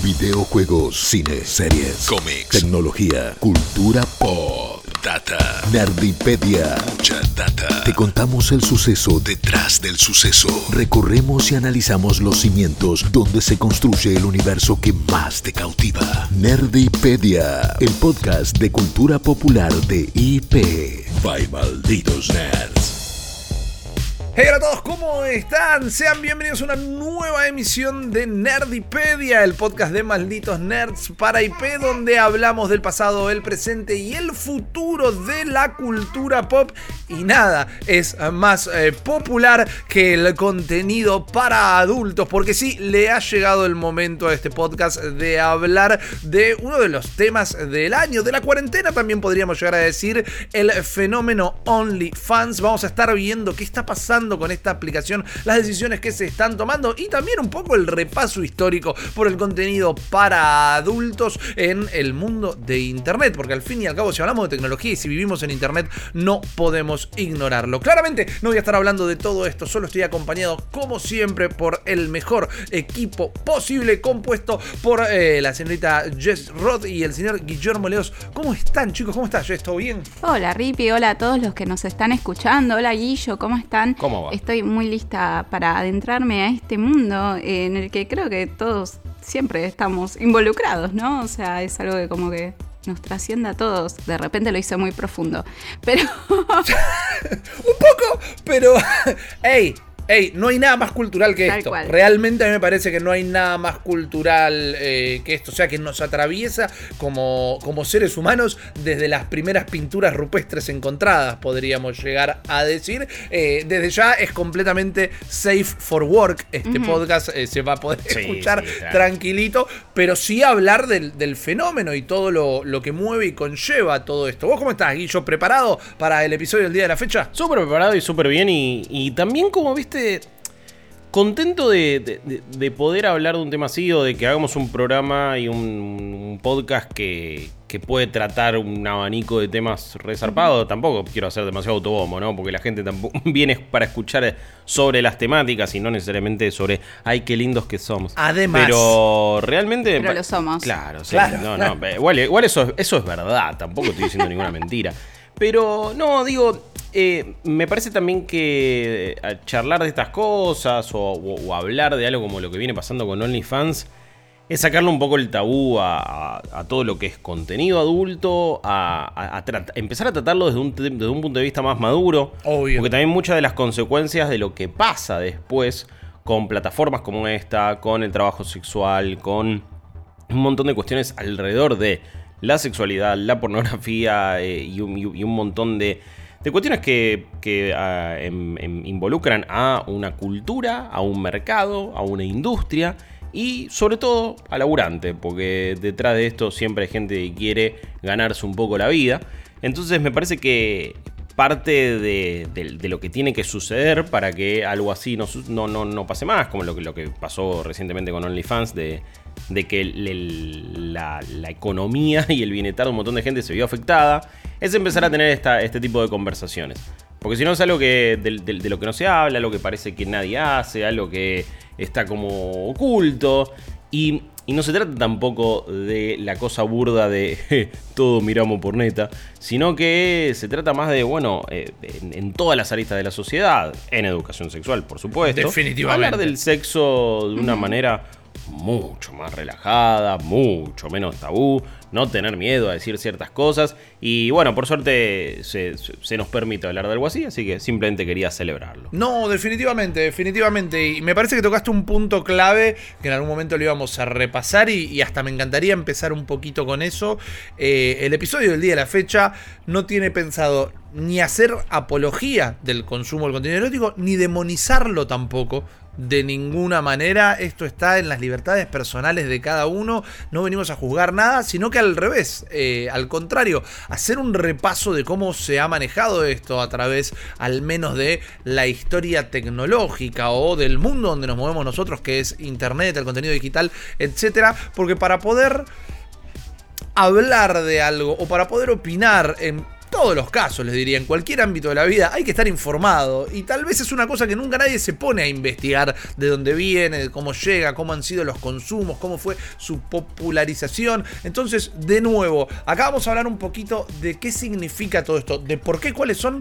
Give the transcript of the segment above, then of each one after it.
Videojuegos, cine, series, cómics, tecnología, cultura pop, data, Nerdipedia, mucha data. Te contamos el suceso detrás del suceso. Recorremos y analizamos los cimientos donde se construye el universo que más te cautiva. Nerdipedia, el podcast de cultura popular de IP. By Malditos Nerds. Hey, hola a todos, ¿cómo están? Sean bienvenidos a una nueva emisión de Nerdipedia, el podcast de Malditos Nerds para IP, donde hablamos del pasado, el presente y el futuro de la cultura pop. Y nada es más popular que el contenido para adultos, porque sí, le ha llegado el momento a este podcast de hablar de uno de los temas del año, de la cuarentena también podríamos llegar a decir, el fenómeno OnlyFans. Vamos a estar viendo qué está pasando con esta aplicación, las decisiones que se están tomando y también un poco el repaso histórico por el contenido para adultos en el mundo de internet, porque al fin y al cabo, si hablamos de tecnología y si vivimos en internet, no podemos ignorarlo. Claramente no voy a estar hablando de todo esto, solo estoy acompañado como siempre por el mejor equipo posible, compuesto por la señorita Jess Roth y el señor Guillermo Leos. ¿Cómo están, chicos? ¿Cómo estás, Jess? ¿Todo bien? Hola, Rippy, hola a todos los que nos están escuchando. Hola, Guillo, ¿cómo están? ¿Cómo va? Estoy muy lista para adentrarme a este mundo en el que creo que todos siempre estamos involucrados, ¿no? O sea, es algo que como que nos trasciende a todos. De repente lo hice muy profundo, pero... Un poco, pero... ¡Ey! No hay nada más cultural que Tal esto. cual. Realmente a mí me parece que no hay nada más cultural que esto. O sea, que nos atraviesa como seres humanos desde las primeras pinturas rupestres encontradas, podríamos llegar a decir. Desde ya es completamente safe for work. Este podcast se va a poder escuchar claro, tranquilito. Pero sí hablar del fenómeno y todo lo que mueve y conlleva todo esto. ¿Vos cómo estás, Guillo? ¿Preparado para el episodio del día de la fecha? Súper preparado y súper bien y también, como viste, contento de poder hablar de un tema así, o de que hagamos un programa y un podcast que puede tratar un abanico de temas resarpados. Tampoco quiero hacer demasiado autobombo, ¿no? Porque la gente tampoco viene para escuchar sobre las temáticas y no necesariamente sobre ¡ay, qué lindos que somos! Además. Pero realmente... Pero lo somos. Claro, sí. Claro. No, igual eso es verdad. Tampoco estoy diciendo ninguna mentira. Pero, no, digo... me parece también que charlar de estas cosas o hablar de algo como lo que viene pasando con OnlyFans es sacarle un poco el tabú a todo lo que es contenido adulto, empezar a tratarlo desde un punto de vista más maduro. Obvio. Porque también muchas de las consecuencias de lo que pasa después con plataformas como esta, con el trabajo sexual, con un montón de cuestiones alrededor de la sexualidad, la pornografía y un montón de cuestiones que involucran a una cultura, a un mercado, a una industria y sobre todo al laburante, porque detrás de esto siempre hay gente que quiere ganarse un poco la vida. Entonces me parece que parte de lo que tiene que suceder para que algo así no pase más, como lo que pasó recientemente con OnlyFans, de que la economía y el bienestar de un montón de gente se vio afectada, es empezar a tener este tipo de conversaciones. Porque si no es algo de lo que no se habla, algo que parece que nadie hace, algo que está como oculto. Y no se trata tampoco de la cosa burda de todo miramos por neta, sino que se trata más de, en todas las aristas de la sociedad, en educación sexual, por supuesto. Definitivamente. Hablar del sexo de una manera mucho más relajada, mucho menos tabú, no tener miedo a decir ciertas cosas. Y bueno, por suerte se nos permite hablar de algo así que simplemente quería celebrarlo. No, definitivamente. Y me parece que tocaste un punto clave que en algún momento lo íbamos a repasar y hasta me encantaría empezar un poquito con eso. El episodio del día de la fecha no tiene pensado ni hacer apología del consumo del contenido erótico, ni demonizarlo tampoco. De ninguna manera, esto está en las libertades personales de cada uno, no venimos a juzgar nada, sino que al revés, al contrario, hacer un repaso de cómo se ha manejado esto a través al menos de la historia tecnológica o del mundo donde nos movemos nosotros, que es internet, el contenido digital, etcétera, porque para poder hablar de algo o para poder opinar en todos los casos, les diría, en cualquier ámbito de la vida, hay que estar informado. Y tal vez es una cosa que nunca nadie se pone a investigar de dónde viene, de cómo llega, cómo han sido los consumos, cómo fue su popularización. Entonces, de nuevo, acá vamos a hablar un poquito de qué significa todo esto, de por qué, cuáles son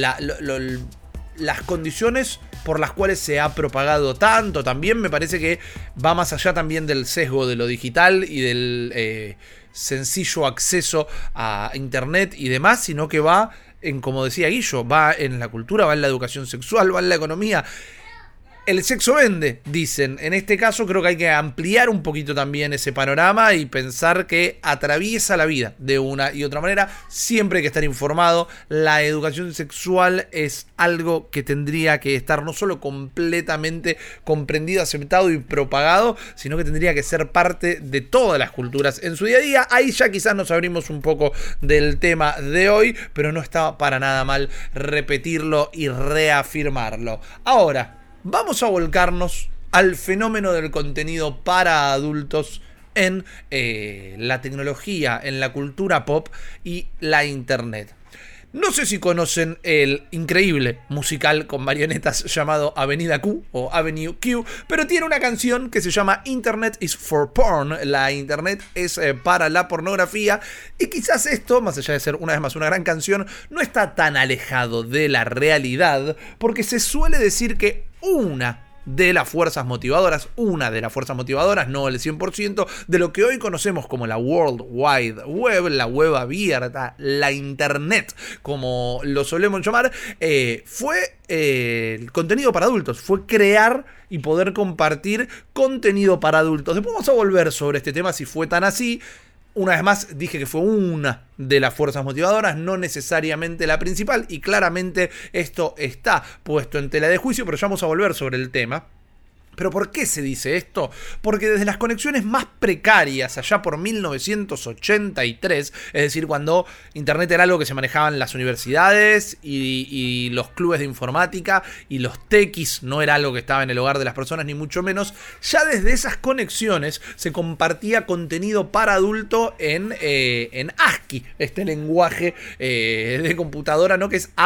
las condiciones por las cuales se ha propagado tanto. También me parece que va más allá también del sesgo de lo digital y del sencillo acceso a internet y demás, sino que va en, como decía Guillo, va en la cultura, va en la educación sexual, va en la economía. El sexo vende, dicen. En este caso creo que hay que ampliar un poquito también ese panorama y pensar que atraviesa la vida de una y otra manera. Siempre hay que estar informado. La educación sexual es algo que tendría que estar no solo completamente comprendido, aceptado y propagado, sino que tendría que ser parte de todas las culturas en su día a día. Ahí ya quizás nos abrimos un poco del tema de hoy, pero no está para nada mal repetirlo y reafirmarlo. Ahora, vamos a volcarnos al fenómeno del contenido para adultos en la tecnología, en la cultura pop y la internet. No sé si conocen el increíble musical con marionetas llamado Avenida Q o Avenue Q, pero tiene una canción que se llama Internet is for Porn. La internet es para la pornografía, y quizás esto, más allá de ser una vez más una gran canción, no está tan alejado de la realidad, porque se suele decir que una de las fuerzas motivadoras, no el 100%, de lo que hoy conocemos como la World Wide Web, la web abierta, la internet, como lo solemos llamar, fue el contenido para adultos, fue crear y poder compartir contenido para adultos. Después vamos a volver sobre este tema si fue tan así. Una vez más dije que fue una de las fuerzas motivadoras, no necesariamente la principal, y claramente esto está puesto en tela de juicio, pero ya vamos a volver sobre el tema. ¿Pero por qué se dice esto? Porque desde las conexiones más precarias, allá por 1983, es decir, cuando internet era algo que se manejaba en las universidades y los clubes de informática y los tequis, no era algo que estaba en el hogar de las personas, ni mucho menos, ya desde esas conexiones se compartía contenido para adulto en ASCII, este lenguaje de computadora, ¿no? Que es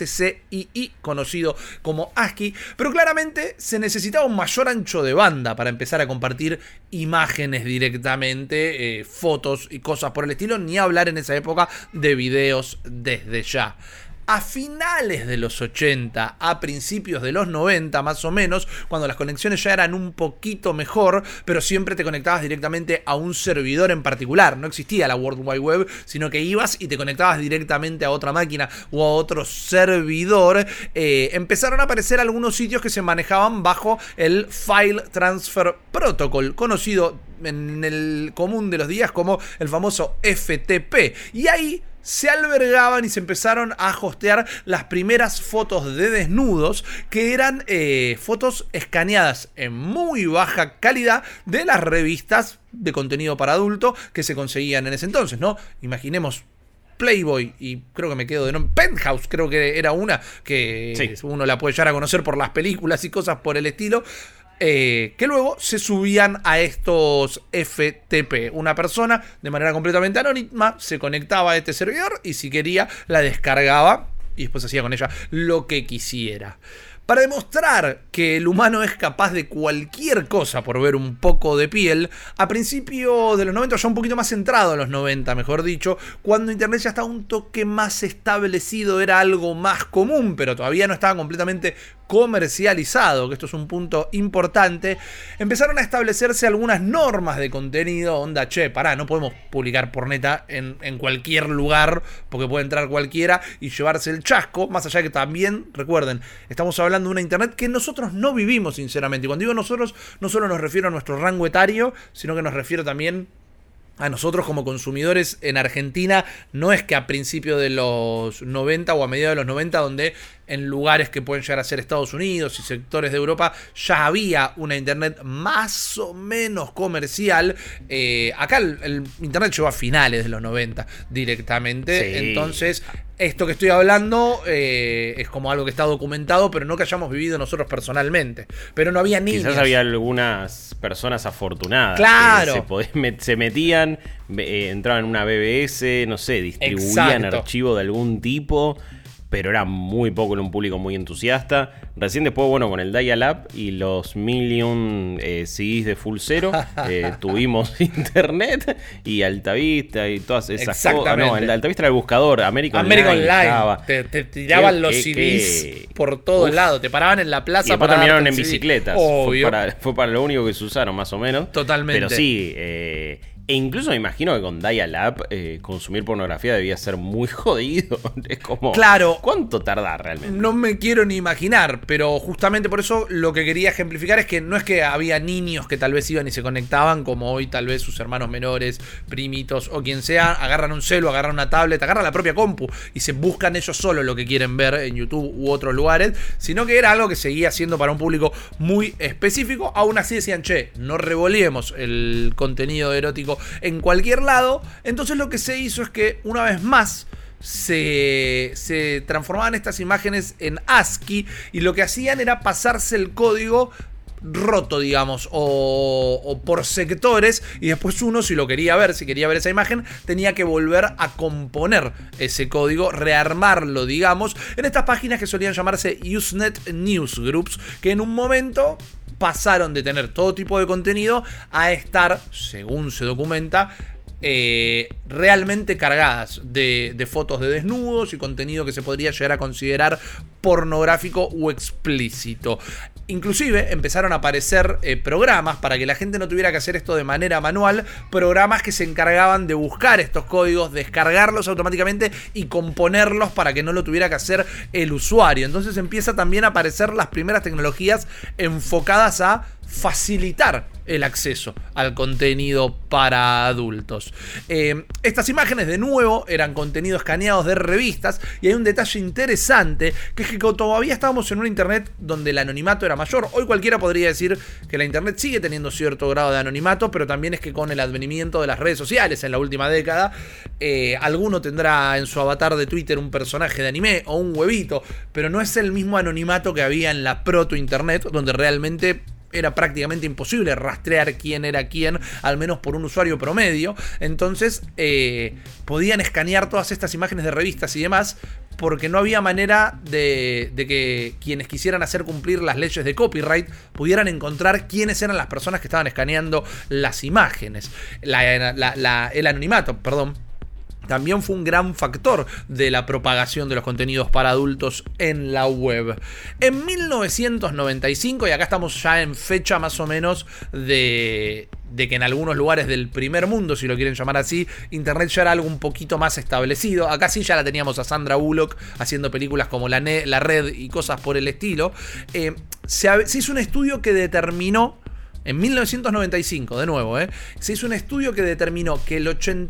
ASCII, conocido como ASCII, pero claramente se necesitaba un mayor ancho de banda para empezar a compartir imágenes directamente, fotos y cosas por el estilo, ni hablar en esa época de videos desde ya. A finales de los 80, a principios de los 90 más o menos, cuando las conexiones ya eran un poquito mejor, pero siempre te conectabas directamente a un servidor en particular. No existía la World Wide Web, sino que ibas y te conectabas directamente a otra máquina o a otro servidor. Empezaron a aparecer algunos sitios que se manejaban bajo el File Transfer Protocol, conocido en el común de los días como el famoso FTP. Y ahí se albergaban y se empezaron a hostear las primeras fotos de desnudos, que eran fotos escaneadas en muy baja calidad de las revistas de contenido para adulto que se conseguían en ese entonces, ¿no? Imaginemos Playboy, y creo que me quedo de nombre, Penthouse, creo que era una que sí, uno la puede llegar a conocer por las películas y cosas por el estilo. Que luego se subían a estos FTP. Una persona de manera completamente anónima se conectaba a este servidor y si quería la descargaba y después hacía con ella lo que quisiera. Para demostrar que el humano es capaz de cualquier cosa por ver un poco de piel, a principios de los 90, ya un poquito más centrado en los 90, mejor dicho, cuando internet ya estaba un toque más establecido, era algo más común, pero todavía no estaba completamente comercializado, que esto es un punto importante, empezaron a establecerse algunas normas de contenido, onda, che, pará, no podemos publicar porneta en cualquier lugar, porque puede entrar cualquiera y llevarse el chasco, más allá de que también, recuerden, estamos hablando de una internet que nosotros no vivimos sinceramente, y cuando digo nosotros, no solo nos refiero a nuestro rango etario, sino que nos refiero también a nosotros como consumidores en Argentina. No es que a principios de los 90 o a mediados de los 90, donde en lugares que pueden llegar a ser Estados Unidos y sectores de Europa ya había una internet más o menos comercial. Acá el internet llegó a finales de los 90 directamente. Sí. Entonces, esto que estoy hablando es como algo que está documentado, pero no que hayamos vivido nosotros personalmente. Pero no había niños. Quizás había algunas personas afortunadas. Claro. Que se metían, entraban en una BBS, no sé, distribuían Exacto. archivo de algún tipo, pero era muy poco, en un público muy entusiasta. Recién después, bueno, con el dial-up y los million CDs de full cero, tuvimos internet y Altavista y todas esas cosas. No, el Altavista era el buscador, American Online. Te tiraban los CDs por todos lados, te paraban en la plaza. Y después para terminaron darte en el CD. bicicletas. Obvio. Fue para lo único que se usaron, más o menos. Totalmente. Pero sí, e incluso me imagino que con dial-up consumir pornografía debía ser muy jodido. Es como, claro, ¿cuánto tarda realmente? No me quiero ni imaginar, pero justamente por eso lo que quería ejemplificar es que no es que había niños que tal vez iban y se conectaban, como hoy tal vez sus hermanos menores, primitos o quien sea, agarran un celu, agarran una tablet, agarran la propia compu y se buscan ellos solos lo que quieren ver en YouTube u otros lugares, sino que era algo que seguía siendo para un público muy específico. Aún así decían, che, no revoleemos el contenido erótico en cualquier lado. Entonces lo que se hizo es que una vez más se transformaban estas imágenes en ASCII y lo que hacían era pasarse el código roto, digamos, o por sectores, y después uno, si quería ver esa imagen, tenía que volver a componer ese código, rearmarlo, digamos, en estas páginas que solían llamarse Usenet Newsgroups, que en un momento pasaron de tener todo tipo de contenido a estar, según se documenta, realmente cargadas de fotos de desnudos y contenido que se podría llegar a considerar pornográfico o explícito. Inclusive empezaron a aparecer programas para que la gente no tuviera que hacer esto de manera manual, programas que se encargaban de buscar estos códigos, descargarlos automáticamente y componerlos para que no lo tuviera que hacer el usuario. Entonces empieza también a aparecer las primeras tecnologías enfocadas a facilitar el acceso al contenido para adultos. Estas imágenes, de nuevo, eran contenido escaneados de revistas, y hay un detalle interesante, que es que todavía estábamos en una internet donde el anonimato era mayor. Hoy cualquiera podría decir que la internet sigue teniendo cierto grado de anonimato, pero también es que con el advenimiento de las redes sociales en la última década, alguno tendrá en su avatar de Twitter un personaje de anime o un huevito, pero no es el mismo anonimato que había en la proto-internet, donde realmente era prácticamente imposible rastrear quién era quién, al menos por un usuario promedio. Entonces podían escanear todas estas imágenes de revistas y demás, porque no había manera de que quienes quisieran hacer cumplir las leyes de copyright pudieran encontrar quiénes eran las personas que estaban escaneando las imágenes. El anonimato, perdón, también fue un gran factor de la propagación de los contenidos para adultos en la web. En 1995, y acá estamos ya en fecha más o menos de que en algunos lugares del primer mundo, si lo quieren llamar así, internet ya era algo un poquito más establecido. Acá sí ya la teníamos a Sandra Bullock haciendo películas como La Red y cosas por el estilo. Se hizo un estudio que determinó, en 1995, de nuevo, se hizo un estudio que determinó que el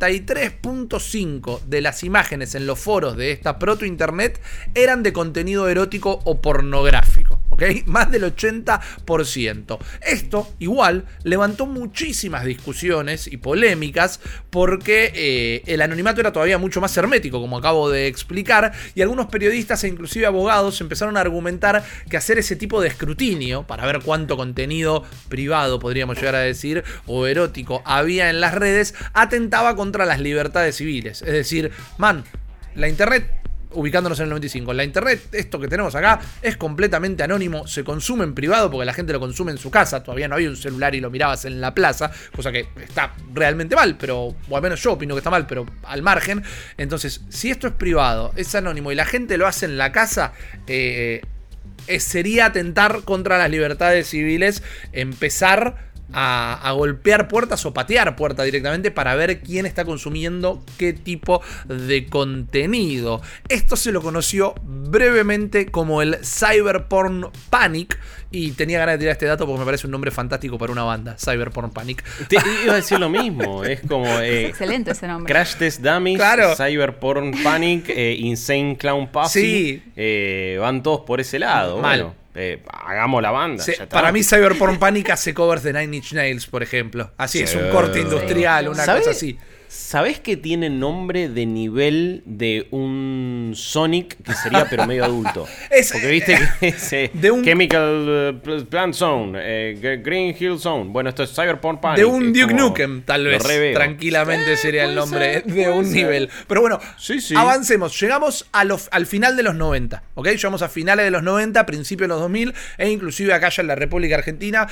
83.5% de las imágenes en los foros de esta proto-internet eran de contenido erótico o pornográfico. ¿Ok? Más del 80%. Esto, igual, levantó muchísimas discusiones y polémicas porque el anonimato era todavía mucho más hermético, como acabo de explicar, y algunos periodistas e inclusive abogados empezaron a argumentar que hacer ese tipo de escrutinio para ver cuánto contenido privado, podríamos llegar a decir, o erótico había en las redes, atentaba contra las libertades civiles. Es decir, la internet, ubicándonos en el 95, la internet, esto que tenemos acá, es completamente anónimo, se consume en privado porque la gente lo consume en su casa, todavía no había un celular y lo mirabas en la plaza, cosa que está realmente mal, pero, o al menos yo opino que está mal, pero al margen. Entonces, si esto es privado, es anónimo y la gente lo hace en la casa, sería atentar contra las libertades civiles empezar a golpear puertas o patear puertas directamente para ver quién está consumiendo qué tipo de contenido. Esto se lo conoció brevemente como el Cyberporn Panic. Y tenía ganas de tirar este dato porque me parece un nombre fantástico para una banda, Cyberporn Panic. Te iba a decir lo mismo, es como... excelente ese nombre. Crash Test Dummies, claro. Cyberporn Panic, Insane Clown Posse. Sí. Van todos por ese lado. Mal. Bueno, hagamos la banda. Sí, para mí Cyberporn Panic hace covers de Nine Inch Nails, por ejemplo. Así sí. Es un corte industrial, una cosa así. ¿Sabés que tiene nombre de nivel de un Sonic que sería pero medio adulto? Porque viste que es de un Chemical Plant Zone, Green Hill Zone. Bueno, esto es Cyberpunk Panic. De un Duke Nukem, tal vez. Tranquilamente sería el nombre de un nivel. Pero bueno, avancemos. Llegamos al final de los 90. ¿Ok? Llegamos a finales de los 90, principios de los 2000. E inclusive acá ya en la República Argentina,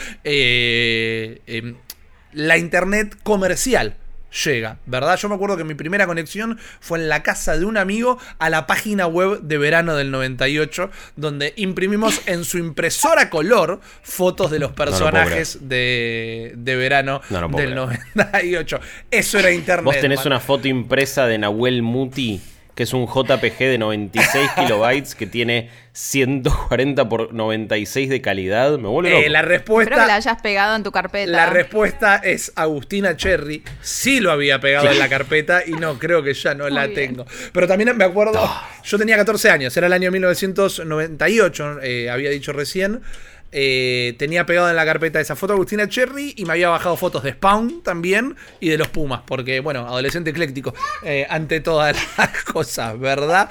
la internet comercial llega, ¿verdad? Yo me acuerdo que mi primera conexión fue en la casa de un amigo a la página web de verano del 98, donde imprimimos en su impresora color fotos de los personajes de verano del 98. Eso era internet. Vos tenés una foto impresa de Nahuel Muti, que es un JPG de 96 kilobytes que tiene 140 por 96 de calidad. Me vuelve loco. La respuesta... Espero que la hayas pegado en tu carpeta. La respuesta es Agustina Cherry. Sí lo había pegado en la carpeta y no, creo que ya no la tengo. Pero también me acuerdo, yo tenía 14 años, era el año 1998, había dicho recién. Tenía pegado en la carpeta esa foto de Agustina Cherry y me había bajado fotos de Spawn también y de los Pumas, porque bueno, adolescente ecléctico ante todas las cosas, ¿verdad?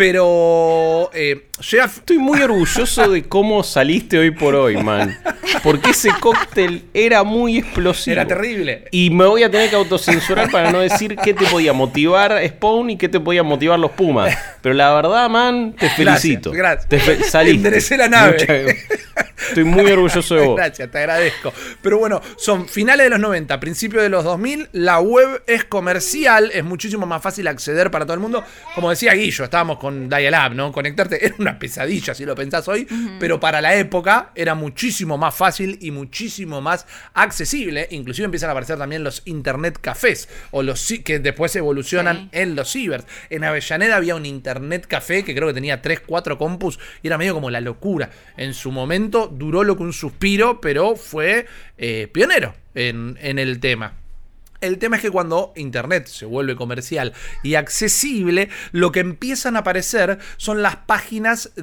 Pero estoy muy orgulloso de cómo saliste hoy por hoy, man, porque ese cóctel era muy explosivo. Era terrible. Y me voy a tener que autocensurar para no decir qué te podía motivar Spawn y qué te podía motivar los Pumas. Pero la verdad, man, te felicito. Gracias. Saliste. Enderecé la nave. Estoy muy orgulloso de vos. Gracias, te agradezco. Pero bueno, son finales de los 90, principios de los 2000. La web es comercial, es muchísimo más fácil acceder para todo el mundo. Como decía Guillo, estábamos con Dial-Up, ¿no? Conectarte era una pesadilla si lo pensás hoy, pero para la época era muchísimo más fácil y muchísimo más accesible. Inclusive empiezan a aparecer también los internet cafés, o los que después evolucionan en los cibers. En Avellaneda había un internet café que creo que tenía 3, 4 compus y era medio como la locura. En su momento duró lo que un suspiro, pero fue pionero en el tema. El tema es que cuando internet se vuelve comercial y accesible, lo que empiezan a aparecer son las páginas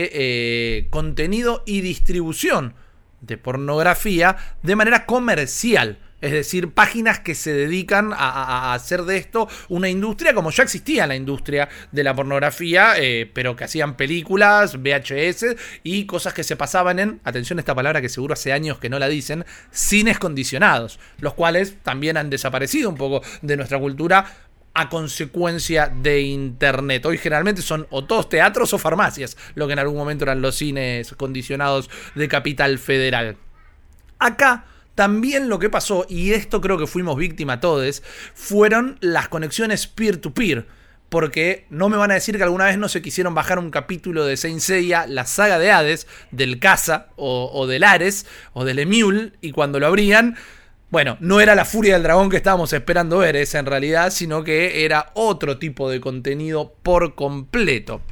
de contenido y distribución de pornografía de manera comercial. Es decir, páginas que se dedican a hacer de esto una industria, como ya existía la industria de la pornografía, pero que hacían películas, VHS y cosas que se pasaban en, atención a esta palabra que seguro hace años que no la dicen, cines condicionados, los cuales también han desaparecido un poco de nuestra cultura a consecuencia de internet. Hoy generalmente son o todos teatros o farmacias, lo que en algún momento eran los cines condicionados de Capital Federal. Acá también lo que pasó, y esto creo que fuimos víctima todos, fueron las conexiones peer-to-peer. Porque no me van a decir que alguna vez no se quisieron bajar un capítulo de Saint Seiya, la saga de Hades, del Casa o del Ares o del Emule, y cuando lo abrían, bueno, no era la furia del dragón que estábamos esperando ver esa en realidad, sino que era otro tipo de contenido por completo.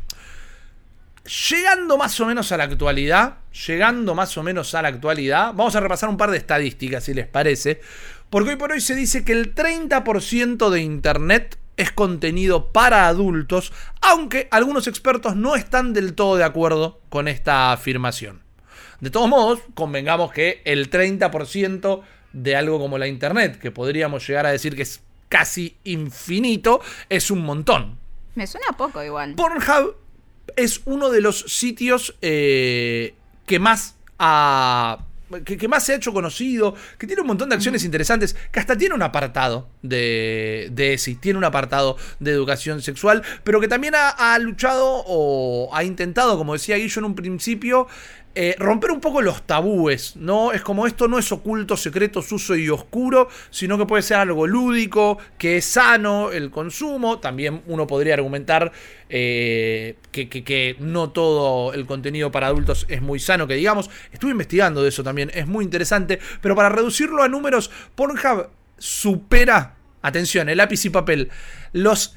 Llegando más o menos a la actualidad, vamos a repasar un par de estadísticas, si les parece, porque hoy por hoy se dice que el 30% de internet es contenido para adultos, aunque algunos expertos no están del todo de acuerdo con esta afirmación. De todos modos, convengamos que el 30% de algo como la internet, que podríamos llegar a decir que es casi infinito, es un montón. Me suena poco igual. Pornhub es uno de los sitios que más se ha hecho conocido, que tiene un montón de acciones interesantes, que hasta tiene un apartado de ESI, tiene un apartado de educación sexual, pero que también ha luchado o ha intentado, como decía Guillo en un principio, romper un poco los tabúes, ¿no? Es como esto no es oculto, secreto, sucio y oscuro, sino que puede ser algo lúdico, que es sano el consumo. También uno podría argumentar que no todo el contenido para adultos es muy sano, que digamos. Estuve investigando de eso también, es muy interesante. Pero para reducirlo a números, Pornhub supera, atención, el lápiz y papel, los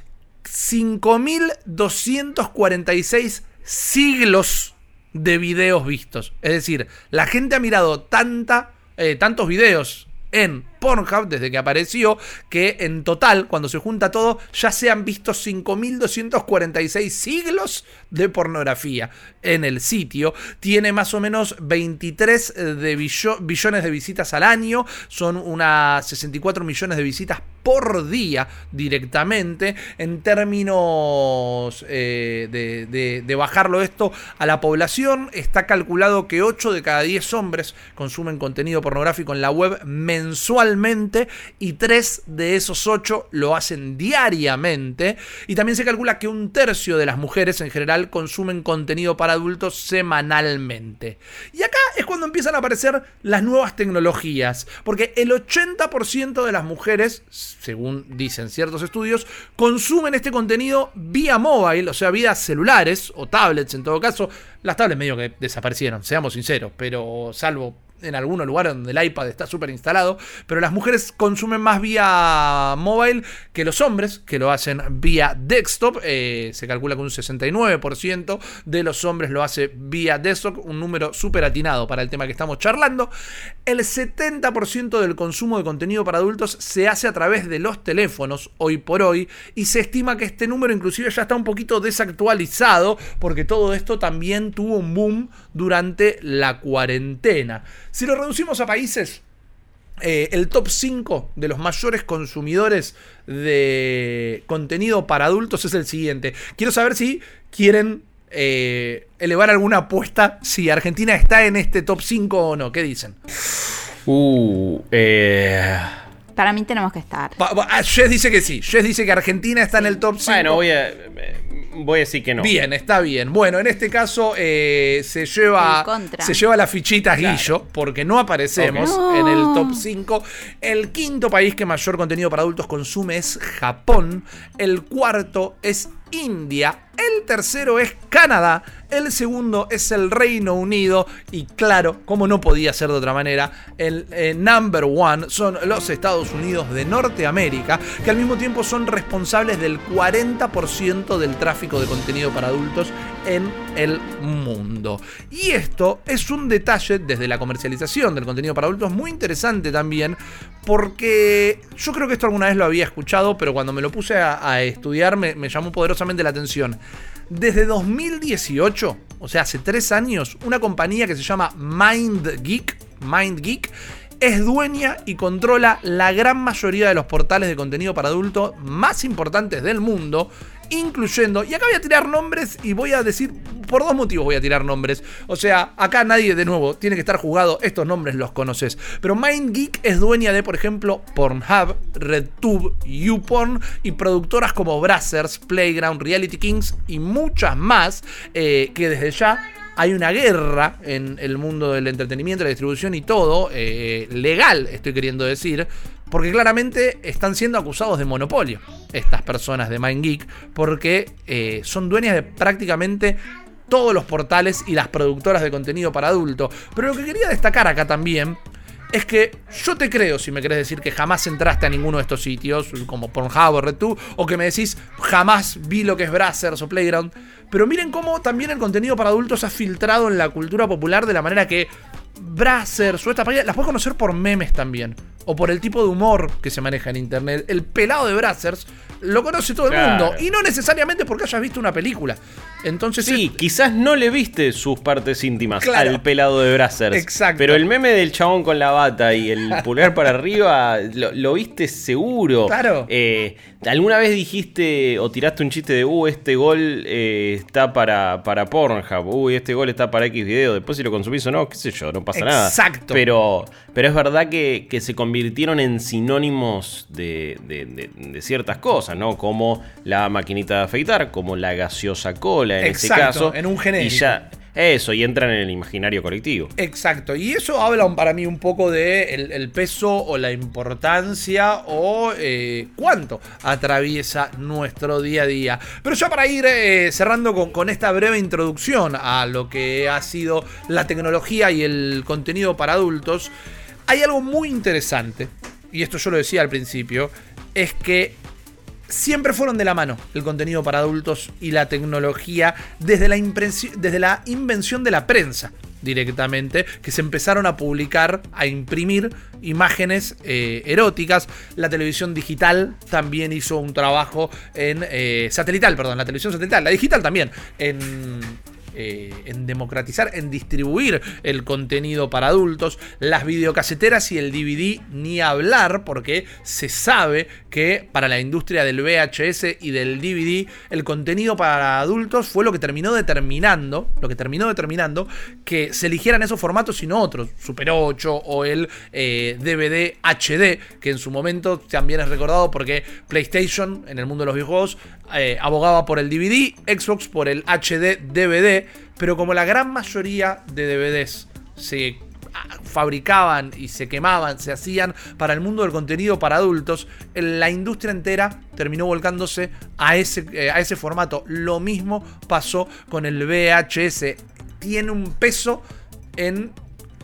5.246 siglos de videos vistos. Es decir, la gente ha mirado tantos videos en Pornhub desde que apareció, que en total, cuando se junta todo, ya se han visto 5.246 siglos de pornografía en el sitio. Tiene más o menos 23 billones de visitas al año, son unas 64 millones de visitas por día directamente. En términos de bajarlo esto a la población, está calculado que 8 de cada 10 hombres consumen contenido pornográfico en la web mensualmente, y 3 de esos 8 lo hacen diariamente. Y también se calcula que 1/3 de las mujeres en general consumen contenido para adultos semanalmente. Y acá es cuando empiezan a aparecer las nuevas tecnologías, porque el 80% de las mujeres, según dicen ciertos estudios, consumen este contenido vía mobile, o sea, vía celulares o tablets en todo caso. Las tablets medio que desaparecieron, seamos sinceros, pero salvo en algunos lugares donde el iPad está súper instalado, pero las mujeres consumen más vía mobile que los hombres, que lo hacen vía desktop. Se calcula que un 69% de los hombres lo hace vía desktop, un número súper atinado para el tema que estamos charlando. El 70% del consumo de contenido para adultos se hace a través de los teléfonos, hoy por hoy, y se estima que este número inclusive ya está un poquito desactualizado, porque todo esto también tuvo un boom durante la cuarentena. Si lo reducimos a países, el top 5 de los mayores consumidores de contenido para adultos es el siguiente. Quiero saber si quieren elevar alguna apuesta, si Argentina está en este top 5 o no. ¿Qué dicen? Para mí tenemos que estar. Jess dice que sí. Jess dice que Argentina está en el top 5. Bueno, voy a decir que no. Bien, está bien. Bueno, en este caso se lleva la fichita Guillo, porque no aparecemos en el top 5. El quinto país que mayor contenido para adultos consume es Japón. El cuarto es India. El tercero es Canadá. El segundo es el Reino Unido. Y claro, como no podía ser de otra manera, el number one son los Estados Unidos de Norteamérica, que al mismo tiempo son responsables del 40% del tráfico de contenido para adultos en el mundo. Y esto es un detalle desde la comercialización del contenido para adultos muy interesante también, porque yo creo que esto alguna vez lo había escuchado, pero cuando me lo puse a estudiar me llamó poderosamente la atención. Desde 2018, o sea, hace 3 años, una compañía que se llama MindGeek es dueña y controla la gran mayoría de los portales de contenido para adultos más importantes del mundo, incluyendo, y acá voy a tirar nombres y voy a decir, por 2 motivos voy a tirar nombres. O sea, acá nadie, de nuevo, tiene que estar jugado, estos nombres los conoces. Pero MindGeek es dueña de, por ejemplo, Pornhub, RedTube, YouPorn y productoras como Brazzers, Playground, Reality Kings y muchas más, que desde ya hay una guerra en el mundo del entretenimiento, la distribución y todo, legal estoy queriendo decir, porque claramente están siendo acusados de monopolio estas personas de MindGeek, porque son dueñas de prácticamente todos los portales y las productoras de contenido para adulto. Pero lo que quería destacar acá también es que yo te creo si me querés decir que jamás entraste a ninguno de estos sitios, como Pornhub o RedTube, o que me decís jamás vi lo que es Brazzers o Playground. Pero miren cómo también el contenido para adultos ha filtrado en la cultura popular de la manera que Brazzers o esta página las puedes conocer por memes también, o por el tipo de humor que se maneja en internet. El pelado de Brazzers lo conoce todo el mundo, y no necesariamente porque hayas visto una película. Entonces sí, quizás no le viste sus partes íntimas al pelado de Brazzers. Exacto. Pero el meme del chabón con la bata y el pulgar para arriba lo viste seguro. Claro. ¿Alguna vez dijiste o tiraste un chiste de este gol está para Pornhub, este gol está para X video? Después si lo consumís o no, qué sé yo, no pasa nada. Exacto. Pero es verdad que se convirtieron en sinónimos de ciertas cosas, ¿no? Como la maquinita de afeitar, como la gaseosa cola en ese caso. En un genérico. Eso, y entran en el imaginario colectivo. Exacto, y eso habla para mí un poco de el peso o la importancia o cuánto atraviesa nuestro día a día. Pero ya para ir cerrando con esta breve introducción a lo que ha sido la tecnología y el contenido para adultos, hay algo muy interesante, y esto yo lo decía al principio, es que siempre fueron de la mano el contenido para adultos y la tecnología desde la invención de la prensa directamente, que se empezaron a publicar, a imprimir imágenes eróticas. La televisión digital también hizo un trabajo en satelital, perdón, la televisión satelital, la digital también, en democratizar, en distribuir el contenido para adultos. Las videocaseteras y el DVD ni hablar, porque se sabe que para la industria del VHS y del DVD el contenido para adultos fue lo que terminó determinando que se eligieran esos formatos y no otros, Super 8 o el DVD HD, que en su momento también es recordado porque PlayStation en el mundo de los videojuegos abogaba por el DVD, Xbox por el HD DVD, pero como la gran mayoría de DVDs se fabricaban y se quemaban, se hacían para el mundo del contenido para adultos, la industria entera terminó volcándose a ese formato. Lo mismo pasó con el VHS. Tiene un peso en...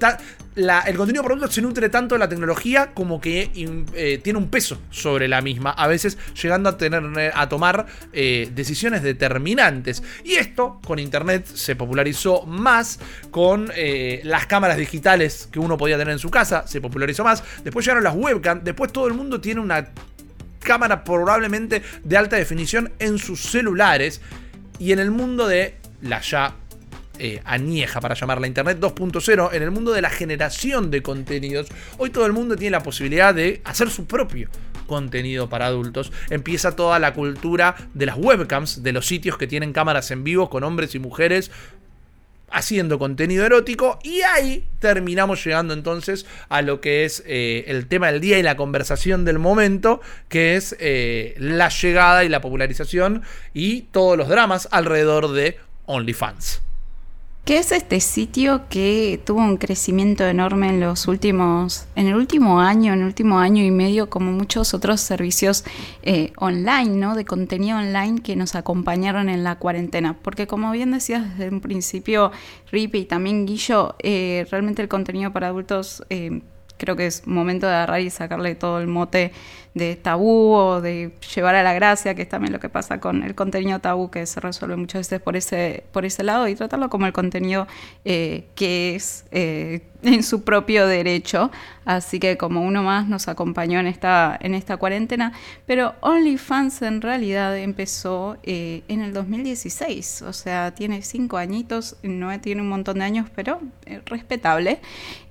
el contenido para adultos se nutre tanto de la tecnología como que tiene un peso sobre la misma, a veces llegando a tomar decisiones determinantes. Y esto con internet se popularizó más, con las cámaras digitales que uno podía tener en su casa se popularizó más, después llegaron las webcams, después todo el mundo tiene una cámara probablemente de alta definición en sus celulares, y en el mundo de la ya añeja, para llamarla Internet 2.0, en el mundo de la generación de contenidos, hoy todo el mundo tiene la posibilidad de hacer su propio contenido para adultos. Empieza toda la cultura de las webcams, de los sitios que tienen cámaras en vivo con hombres y mujeres haciendo contenido erótico, y ahí terminamos llegando entonces a lo que es el tema del día y la conversación del momento, que es la llegada y la popularización y todos los dramas alrededor de OnlyFans. ¿Qué es este sitio que tuvo un crecimiento enorme en el último año y medio, como muchos otros servicios online, ¿no? De contenido online que nos acompañaron en la cuarentena? Porque como bien decías desde un principio, Ripe y también Guillo, realmente el contenido para adultos creo que es momento de agarrar y sacarle todo el mote de tabú o de llevar a la gracia, que es también lo que pasa con el contenido tabú, que se resuelve muchas veces por ese lado, y tratarlo como el contenido que es en su propio derecho. Así que como uno más nos acompañó en esta cuarentena. Pero OnlyFans en realidad empezó en el 2016, o sea, tiene 5 añitos, no tiene un montón de años, pero respetable.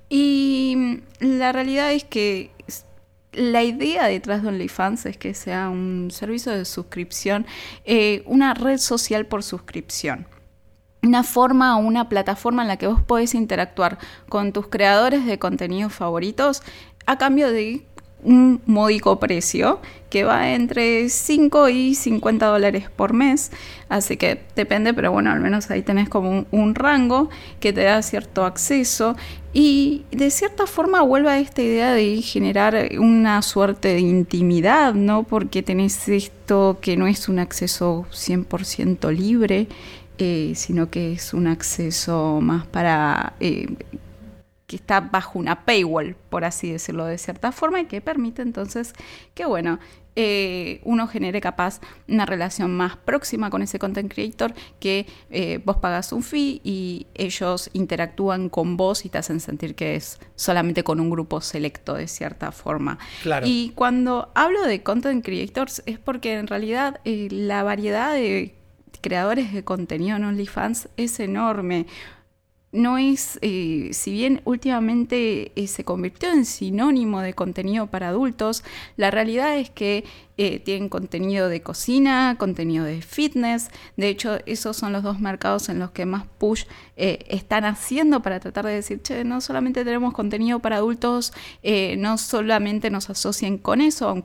Y la realidad es que la idea detrás de OnlyFans es que sea un servicio de suscripción, una red social por suscripción. Una forma o una plataforma en la que vos podés interactuar con tus creadores de contenidos favoritos a cambio de un módico precio que va entre 5 y $50 por mes, así que depende, pero bueno, al menos ahí tenés como un rango que te da cierto acceso, y de cierta forma vuelve a esta idea de generar una suerte de intimidad, ¿no? Porque tenés esto que no es un acceso 100% libre, sino que es un acceso más para... que está bajo una paywall, por así decirlo de cierta forma, y que permite entonces que, bueno, uno genere capaz una relación más próxima con ese content creator, que vos pagas un fee y ellos interactúan con vos y te hacen sentir que es solamente con un grupo selecto de cierta forma. Claro. Y cuando hablo de content creators es porque en realidad la variedad de creadores de contenido en OnlyFans es enorme. No es, si bien últimamente se convirtió en sinónimo de contenido para adultos, la realidad es que tienen contenido de cocina, contenido de fitness. De hecho, esos son los dos mercados en los que más push están haciendo para tratar de decir, che, no solamente tenemos contenido para adultos, no solamente nos asocien con eso, aunque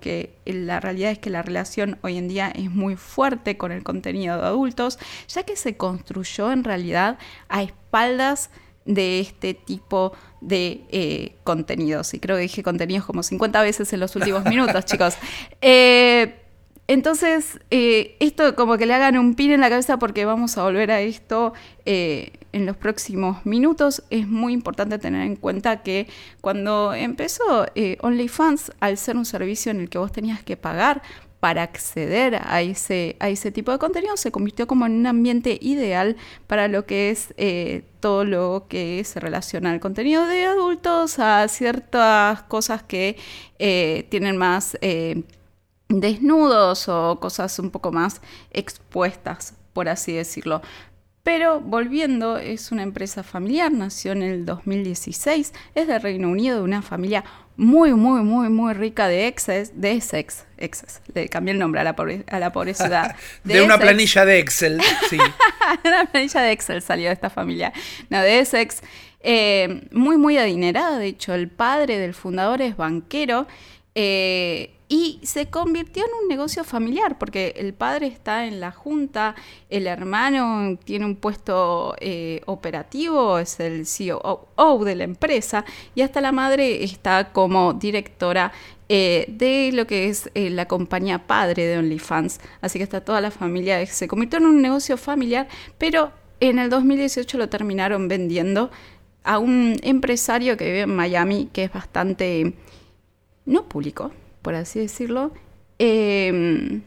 la realidad es que la relación hoy en día es muy fuerte con el contenido de adultos, ya que se construyó en realidad a espaldas de este tipo de contenidos. Y creo que dije contenidos como 50 veces en los últimos minutos, chicos. Entonces, esto como que le hagan un pin en la cabeza porque vamos a volver a esto en los próximos minutos. Es muy importante tener en cuenta que cuando empezó OnlyFans, al ser un servicio en el que vos tenías que pagar para acceder a ese tipo de contenido, se convirtió como en un ambiente ideal para lo que es todo lo que se relaciona al contenido de adultos, a ciertas cosas que tienen más desnudos o cosas un poco más expuestas, por así decirlo. Pero volviendo, es una empresa familiar, nació en el 2016, es de Reino Unido, de una familia muy rica de Essex. Le cambié el nombre a la pobre ciudad. De una planilla de Excel, sí. Una planilla de Excel salió de esta familia. No, de Essex, muy adinerada. De hecho, el padre del fundador es banquero. Y se convirtió en un negocio familiar, porque el padre está en la junta, el hermano tiene un puesto operativo, es el CEO de la empresa, y hasta la madre está como directora de lo que es la compañía padre de OnlyFans. Así que está toda la familia, se convirtió en un negocio familiar, pero en el 2018 lo terminaron vendiendo a un empresario que vive en Miami, que es bastante no público, por así decirlo, y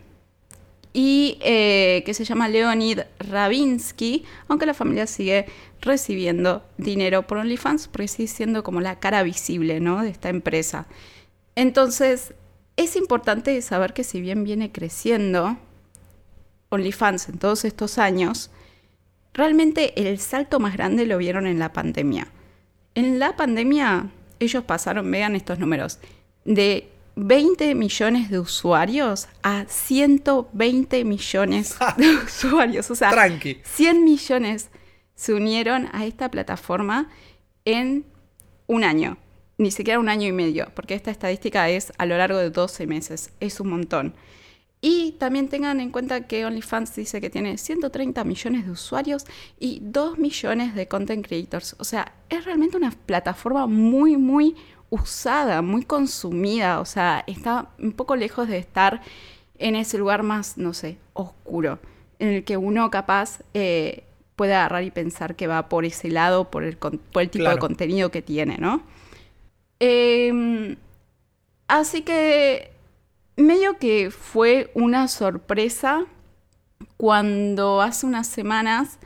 que se llama Leonid Ravinsky, aunque la familia sigue recibiendo dinero por OnlyFans porque sigue siendo como la cara visible, ¿no?, de esta empresa. Entonces, es importante saber que si bien viene creciendo OnlyFans en todos estos años, realmente el salto más grande lo vieron en la pandemia. En la pandemia ellos pasaron, vean estos números, de 20 millones de usuarios a 120 millones de usuarios. O sea, tranqui. 100 millones se unieron a esta plataforma en un año. Ni siquiera un año y medio, porque esta estadística es a lo largo de 12 meses. Es un montón. Y también tengan en cuenta que OnlyFans dice que tiene 130 millones de usuarios y 2 millones de content creators. O sea, es realmente una plataforma muy usada, muy consumida, o sea, está un poco lejos de estar en ese lugar más, no sé, oscuro, en el que uno capaz puede agarrar y pensar que va por ese lado, por el tipo de contenido que tiene, ¿no? Así que medio que fue una sorpresa cuando hace unas semanas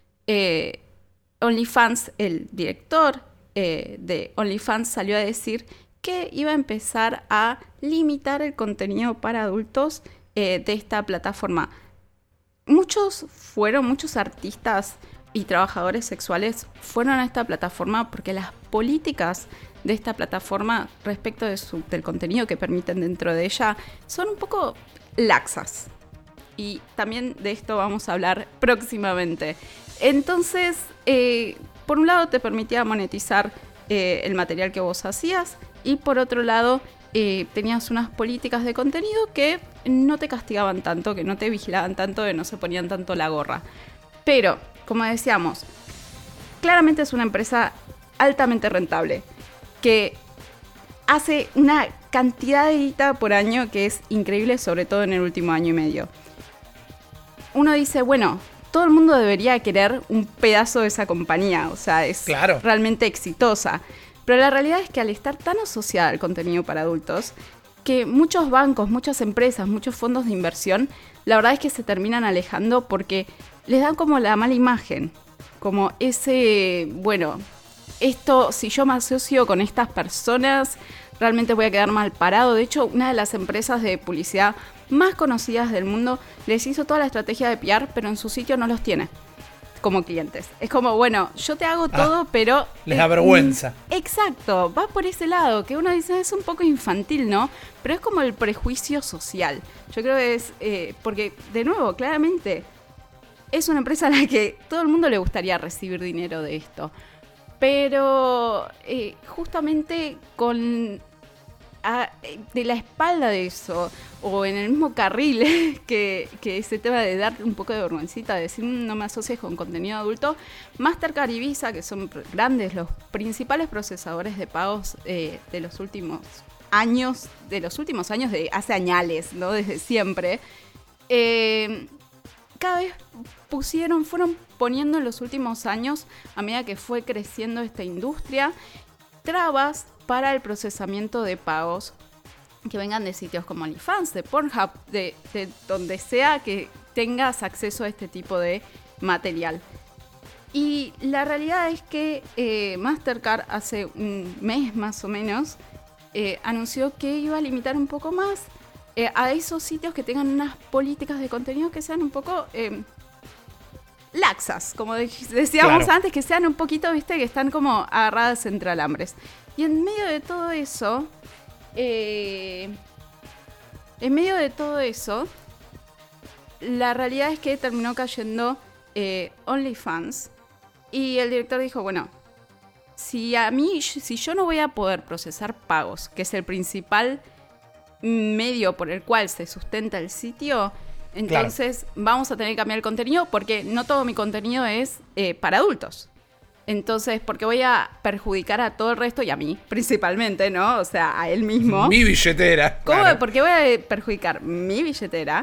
OnlyFans, el director de OnlyFans, salió a decir que iba a empezar a limitar el contenido para adultos de esta plataforma. Muchos artistas y trabajadores sexuales fueron a esta plataforma porque las políticas de esta plataforma respecto del contenido que permiten dentro de ella son un poco laxas. Y también de esto vamos a hablar próximamente. Entonces, por un lado te permitía monetizar el material que vos hacías y por otro lado tenías unas políticas de contenido que no te castigaban tanto, que no te vigilaban tanto, que no se ponían tanto la gorra. Pero, como decíamos, claramente es una empresa altamente rentable que hace una cantidad de guita por año que es increíble, sobre todo en el último año y medio. Uno dice, bueno, todo el mundo debería querer un pedazo de esa compañía, o sea, es realmente exitosa. Pero la realidad es que al estar tan asociada al contenido para adultos, que muchos bancos, muchas empresas, muchos fondos de inversión, la verdad es que se terminan alejando porque les dan como la mala imagen, como ese, bueno, esto, si yo me asocio con estas personas, realmente voy a quedar mal parado. De hecho, una de las empresas de publicidad más conocidas del mundo les hizo toda la estrategia de PR, pero en su sitio no los tiene como clientes. Es como, bueno, yo te hago todo, pero... Les da vergüenza. Exacto, va por ese lado, que uno dice, es un poco infantil, ¿no? Pero es como el prejuicio social. Yo creo que es, porque, de nuevo, claramente, es una empresa a la que todo el mundo le gustaría recibir dinero de esto. Pero justamente con de la espalda de eso, o en el mismo carril que ese tema de dar un poco de vergüencita, de decir no me asocies con contenido adulto, Mastercard y Visa, que son grandes, los principales procesadores de pagos de los últimos años, de hace añales, ¿no? Desde siempre, cada vez fueron poniendo en los últimos años, a medida que fue creciendo esta industria, trabas para el procesamiento de pagos que vengan de sitios como OnlyFans, de Pornhub, de donde sea que tengas acceso a este tipo de material. Y la realidad es que Mastercard hace un mes más o menos anunció que iba a limitar un poco más a esos sitios que tengan unas políticas de contenido que sean un poco laxas, como decíamos antes, que sean un poquito, viste, que están como agarradas entre alambres. Y en medio de todo eso, la realidad es que terminó cayendo OnlyFans. Y el director dijo, bueno, si yo no voy a poder procesar pagos, que es el principal medio por el cual se sustenta el sitio, entonces vamos a tener que cambiar el contenido, porque no todo mi contenido es para adultos. Entonces, porque voy a perjudicar a todo el resto y a mí, principalmente, ¿no? O sea, a él mismo. Mi billetera. ¿Cómo? Claro. Porque voy a perjudicar mi billetera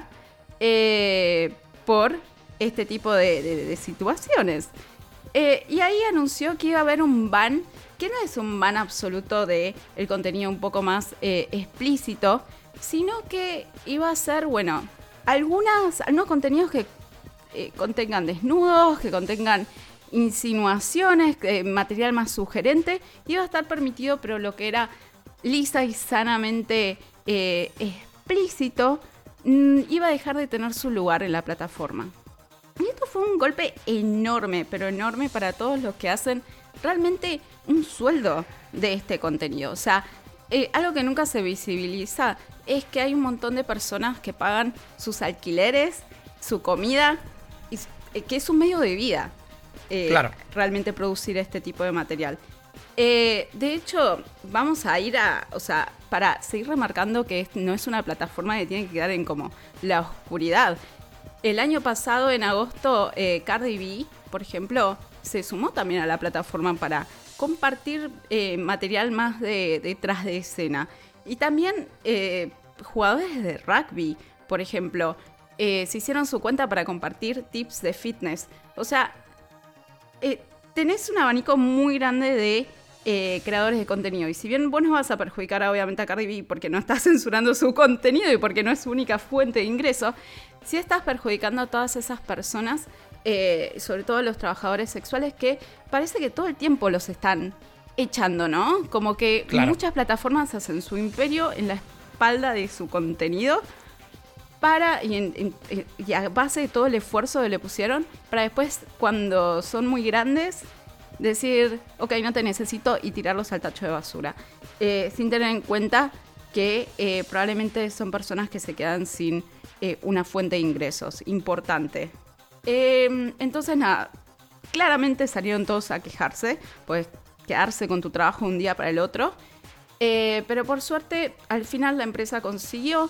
por este tipo de situaciones. Y ahí anunció que iba a haber un ban, que no es un ban absoluto de el contenido un poco más explícito, sino que iba a ser, bueno, algunos contenidos que contengan desnudos, que contengan insinuaciones, material más sugerente, iba a estar permitido, pero lo que era lisa y sanamente explícito iba a dejar de tener su lugar en la plataforma. Y esto fue un golpe enorme, pero enorme para todos los que hacen realmente un sueldo de este contenido. O sea, algo que nunca se visibiliza es que hay un montón de personas que pagan sus alquileres, su comida, que es un medio de vida. Realmente producir este tipo de material. De hecho, vamos a ir para seguir remarcando que no es una plataforma que tiene que quedar en como la oscuridad. El año pasado, en agosto, Cardi B, por ejemplo, se sumó también a la plataforma para compartir material más detrás de escena. Y también jugadores de rugby, por ejemplo, se hicieron su cuenta para compartir tips de fitness. O sea, tenés un abanico muy grande de creadores de contenido. Y si bien vos no vas a perjudicar obviamente a Cardi B porque no estás censurando su contenido y porque no es su única fuente de ingreso, sí estás perjudicando a todas esas personas, sobre todo los trabajadores sexuales, que parece que todo el tiempo los están echando, ¿no? Como que muchas plataformas hacen su imperio en la espalda de su contenido y a base de todo el esfuerzo que le pusieron, para después, cuando son muy grandes, decir, ok, no te necesito, y tirarlos al tacho de basura. Sin tener en cuenta que probablemente son personas que se quedan sin una fuente de ingresos importante. Entonces, nada, claramente salieron todos a quejarse, pues quedarse con tu trabajo un día para el otro. Pero por suerte, al final la empresa consiguió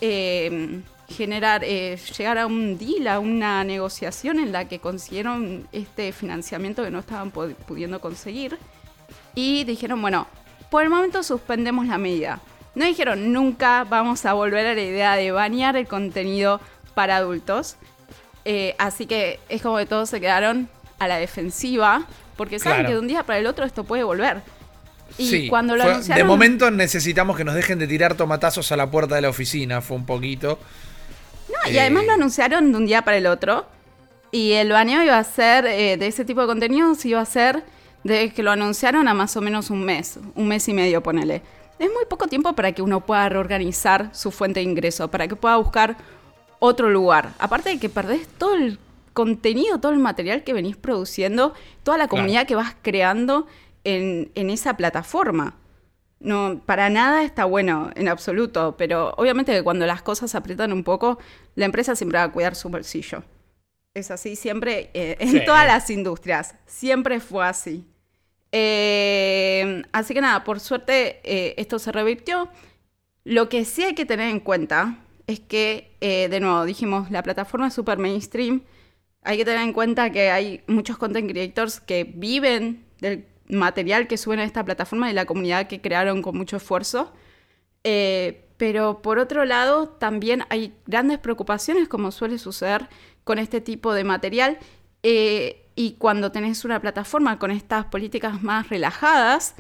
llegar a un deal, a una negociación en la que consiguieron este financiamiento que no estaban pudiendo conseguir. Y dijeron, bueno, por el momento suspendemos la medida. No dijeron, nunca vamos a volver a la idea de banear el contenido para adultos. Así que es como que todos se quedaron a la defensiva, porque saben que de un día para el otro esto puede volver. Y cuando lo anunciaron, de momento necesitamos que nos dejen de tirar tomatazos a la puerta de la oficina, fue un poquito. No, y además lo anunciaron de un día para el otro. Y el baneo iba a ser, de ese tipo de contenidos, iba a ser desde que lo anunciaron a más o menos un mes y medio, ponele. Es muy poco tiempo para que uno pueda reorganizar su fuente de ingreso, para que pueda buscar otro lugar. Aparte de que perdés todo el contenido, todo el material que venís produciendo, toda la comunidad que vas creando en esa plataforma. No, para nada está bueno, en absoluto, pero obviamente que cuando las cosas aprietan un poco, la empresa siempre va a cuidar su bolsillo. Es así siempre, en todas las industrias, siempre fue así. Así que nada, por suerte esto se revirtió. Lo que sí hay que tener en cuenta es que, de nuevo, dijimos, la plataforma es super mainstream. Hay que tener en cuenta que hay muchos content creators que viven del material que suben a esta plataforma y la comunidad que crearon con mucho esfuerzo. Pero por otro lado, también hay grandes preocupaciones, como suele suceder con este tipo de material. Y cuando tenés una plataforma con estas políticas más relajadas,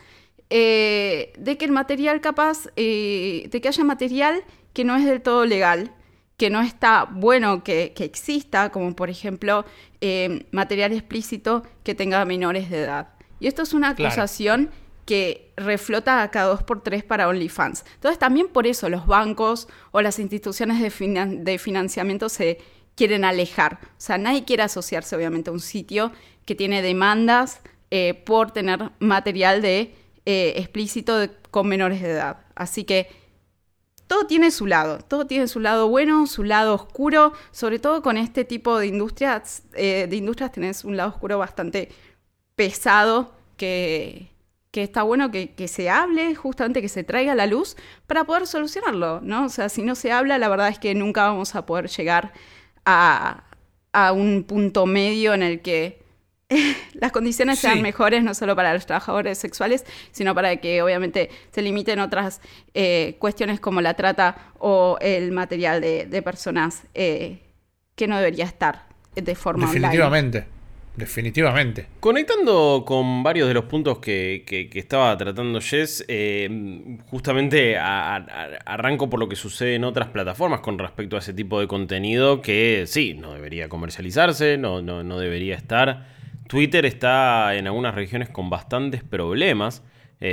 de que el material capaz, de que haya material que no es del todo legal, que no está bueno que exista, como por ejemplo material explícito que tenga menores de edad. Y esto es una acusación que reflota cada 2x3 para OnlyFans. Entonces también por eso los bancos o las instituciones de financiamiento se quieren alejar. O sea, nadie quiere asociarse obviamente a un sitio que tiene demandas por tener material explícito con menores de edad. Así que todo tiene su lado bueno, su lado oscuro, sobre todo con este tipo de industrias tenés un lado oscuro bastante pesado que está bueno que se hable, justamente que se traiga a la luz para poder solucionarlo, ¿no? O sea, si no se habla, la verdad es que nunca vamos a poder llegar a un punto medio en el que las condiciones sean mejores, no solo para los trabajadores sexuales, sino para que obviamente se limiten otras cuestiones como la trata o el material de personas que no debería estar de forma online. Definitivamente. Conectando con varios de los puntos que estaba tratando Jess, justamente arranco por lo que sucede en otras plataformas con respecto a ese tipo de contenido que sí, no debería comercializarse, no debería estar. Twitter está en algunas regiones con bastantes problemas.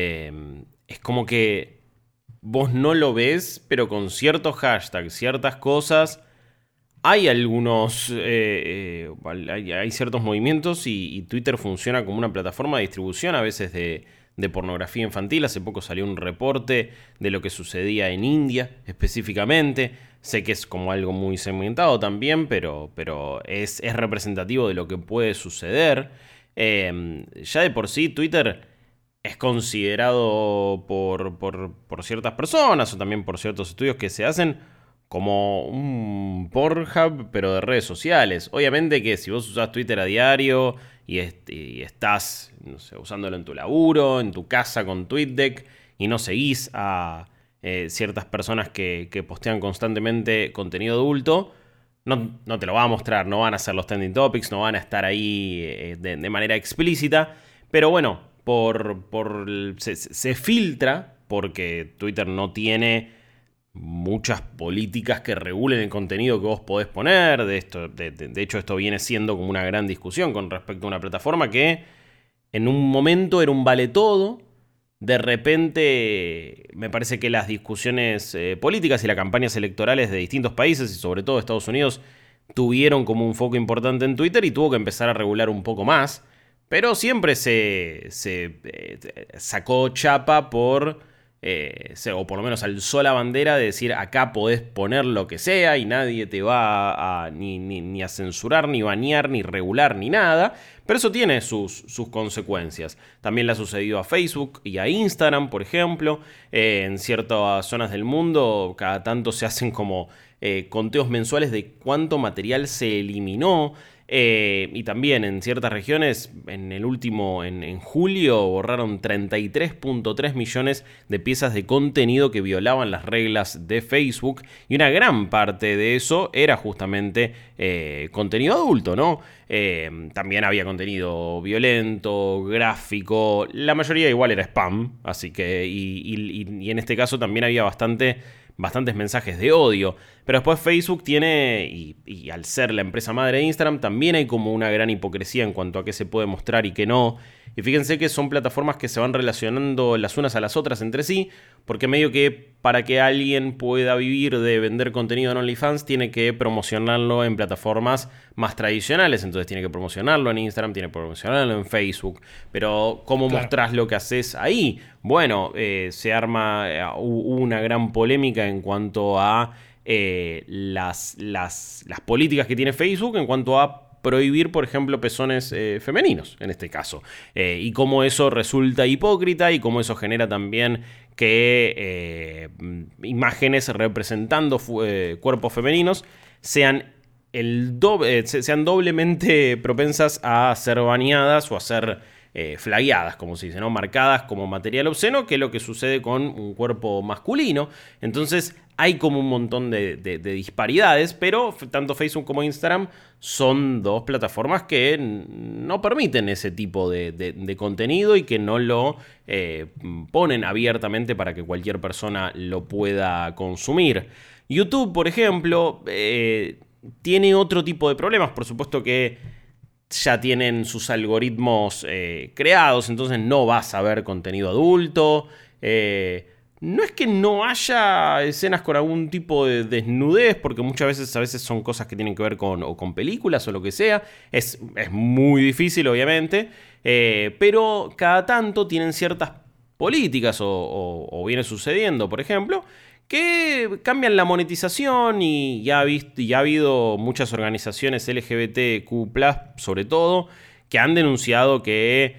Es como que vos no lo ves, pero con ciertos hashtags, ciertas cosas, hay algunos, hay ciertos movimientos y Twitter funciona como una plataforma de distribución a veces de pornografía infantil. Hace poco salió un reporte de lo que sucedía en India específicamente. Sé que es como algo muy segmentado también, pero es representativo de lo que puede suceder. Ya de por sí Twitter es considerado por ciertas personas o también por ciertos estudios que se hacen como un Pornhub, pero de redes sociales. Obviamente que si vos usás Twitter a diario y estás, no sé, usándolo en tu laburo, en tu casa con TweetDeck y no seguís a ciertas personas que postean constantemente contenido adulto, no te lo va a mostrar, no van a ser los trending topics, no van a estar ahí de manera explícita, pero bueno, se filtra porque Twitter no tiene muchas políticas que regulen el contenido que vos podés poner. De hecho, esto viene siendo como una gran discusión con respecto a una plataforma que en un momento era un vale todo. De repente, me parece que las discusiones políticas y las campañas electorales de distintos países, y sobre todo Estados Unidos, tuvieron como un foco importante en Twitter y tuvo que empezar a regular un poco más. Pero siempre se sacó chapa o por lo menos alzó la bandera de decir acá podés poner lo que sea y nadie te va a ni a censurar, ni banear, ni regular, ni nada. Pero eso tiene sus consecuencias. También le ha sucedido a Facebook y a Instagram, por ejemplo. En ciertas zonas del mundo cada tanto se hacen como conteos mensuales de cuánto material se eliminó. Y también en ciertas regiones, en julio, borraron 33.3 millones de piezas de contenido que violaban las reglas de Facebook. Y una gran parte de eso era justamente contenido adulto, ¿no? También había contenido violento, gráfico. La mayoría igual era spam. Así que, y en este caso también había bastantes mensajes de odio. Pero después Facebook tiene, y al ser la empresa madre de Instagram, también hay como una gran hipocresía en cuanto a qué se puede mostrar y qué no. Y fíjense que son plataformas que se van relacionando las unas a las otras entre sí, porque medio que para que alguien pueda vivir de vender contenido en OnlyFans, tiene que promocionarlo en plataformas más tradicionales. Entonces tiene que promocionarlo en Instagram, tiene que promocionarlo en Facebook. Pero ¿cómo mostrás lo que haces ahí? Bueno, se arma una gran polémica en cuanto a las políticas que tiene Facebook en cuanto a prohibir, por ejemplo, pezones femeninos, en este caso. Y cómo eso resulta hipócrita y cómo eso genera también que imágenes representando cuerpos femeninos sean doblemente propensas a ser baneadas o a ser flagueadas, como se dice, ¿no? Marcadas como material obsceno, que es lo que sucede con un cuerpo masculino. Entonces hay como un montón de disparidades, pero tanto Facebook como Instagram son dos plataformas que no permiten ese tipo de contenido y que no lo ponen abiertamente para que cualquier persona lo pueda consumir. YouTube, por ejemplo, tiene otro tipo de problemas. Por supuesto que ya tienen sus algoritmos creados, entonces no vas a ver contenido adulto. No es que no haya escenas con algún tipo de desnudez, porque muchas veces son cosas que tienen que ver con películas o lo que sea. Es muy difícil, obviamente, pero cada tanto tienen ciertas políticas o viene sucediendo, por ejemplo, que cambian la monetización y ya ha habido muchas organizaciones LGBTQ+, sobre todo, que han denunciado que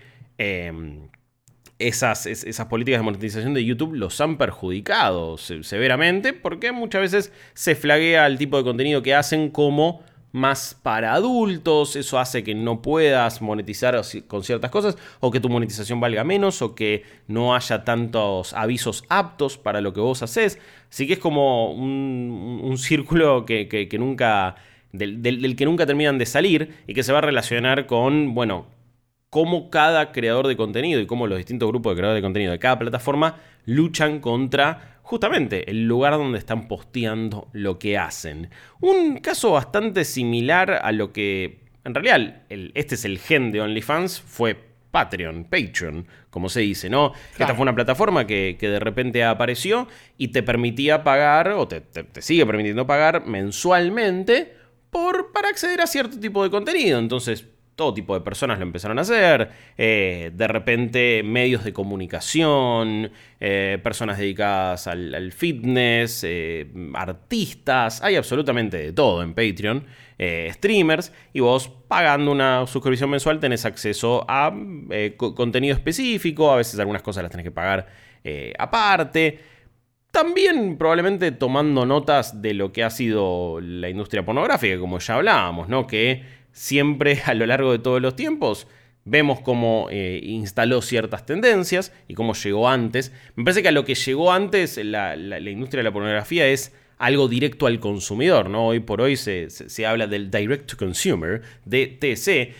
esas políticas de monetización de YouTube los han perjudicado severamente, porque muchas veces se flaguea el tipo de contenido que hacen como más para adultos. Eso hace que no puedas monetizar con ciertas cosas, o que tu monetización valga menos, o que no haya tantos avisos aptos para lo que vos haces. Así que es como un círculo que nunca, del que nunca terminan de salir, y que se va a relacionar con, bueno, cómo cada creador de contenido y cómo los distintos grupos de creadores de contenido de cada plataforma luchan contra justamente el lugar donde están posteando lo que hacen. Un caso bastante similar a lo que, en realidad, este es el gen de OnlyFans, fue Patreon, como se dice, ¿no? Claro. Esta fue una plataforma que de repente apareció y te permitía pagar, o te sigue permitiendo pagar mensualmente para acceder a cierto tipo de contenido. Entonces, todo tipo de personas lo empezaron a hacer. De repente, medios de comunicación, personas dedicadas al fitness, artistas, hay absolutamente de todo en Patreon, streamers, y vos pagando una suscripción mensual tenés acceso a contenido específico. A veces algunas cosas las tenés que pagar aparte. También probablemente tomando notas de lo que ha sido la industria pornográfica, como ya hablábamos, ¿no? Que siempre a lo largo de todos los tiempos vemos cómo instaló ciertas tendencias y cómo llegó antes. Me parece que a lo que llegó antes la industria de la pornografía es algo directo al consumidor, ¿no? Hoy por hoy se habla del Direct to Consumer, DTC,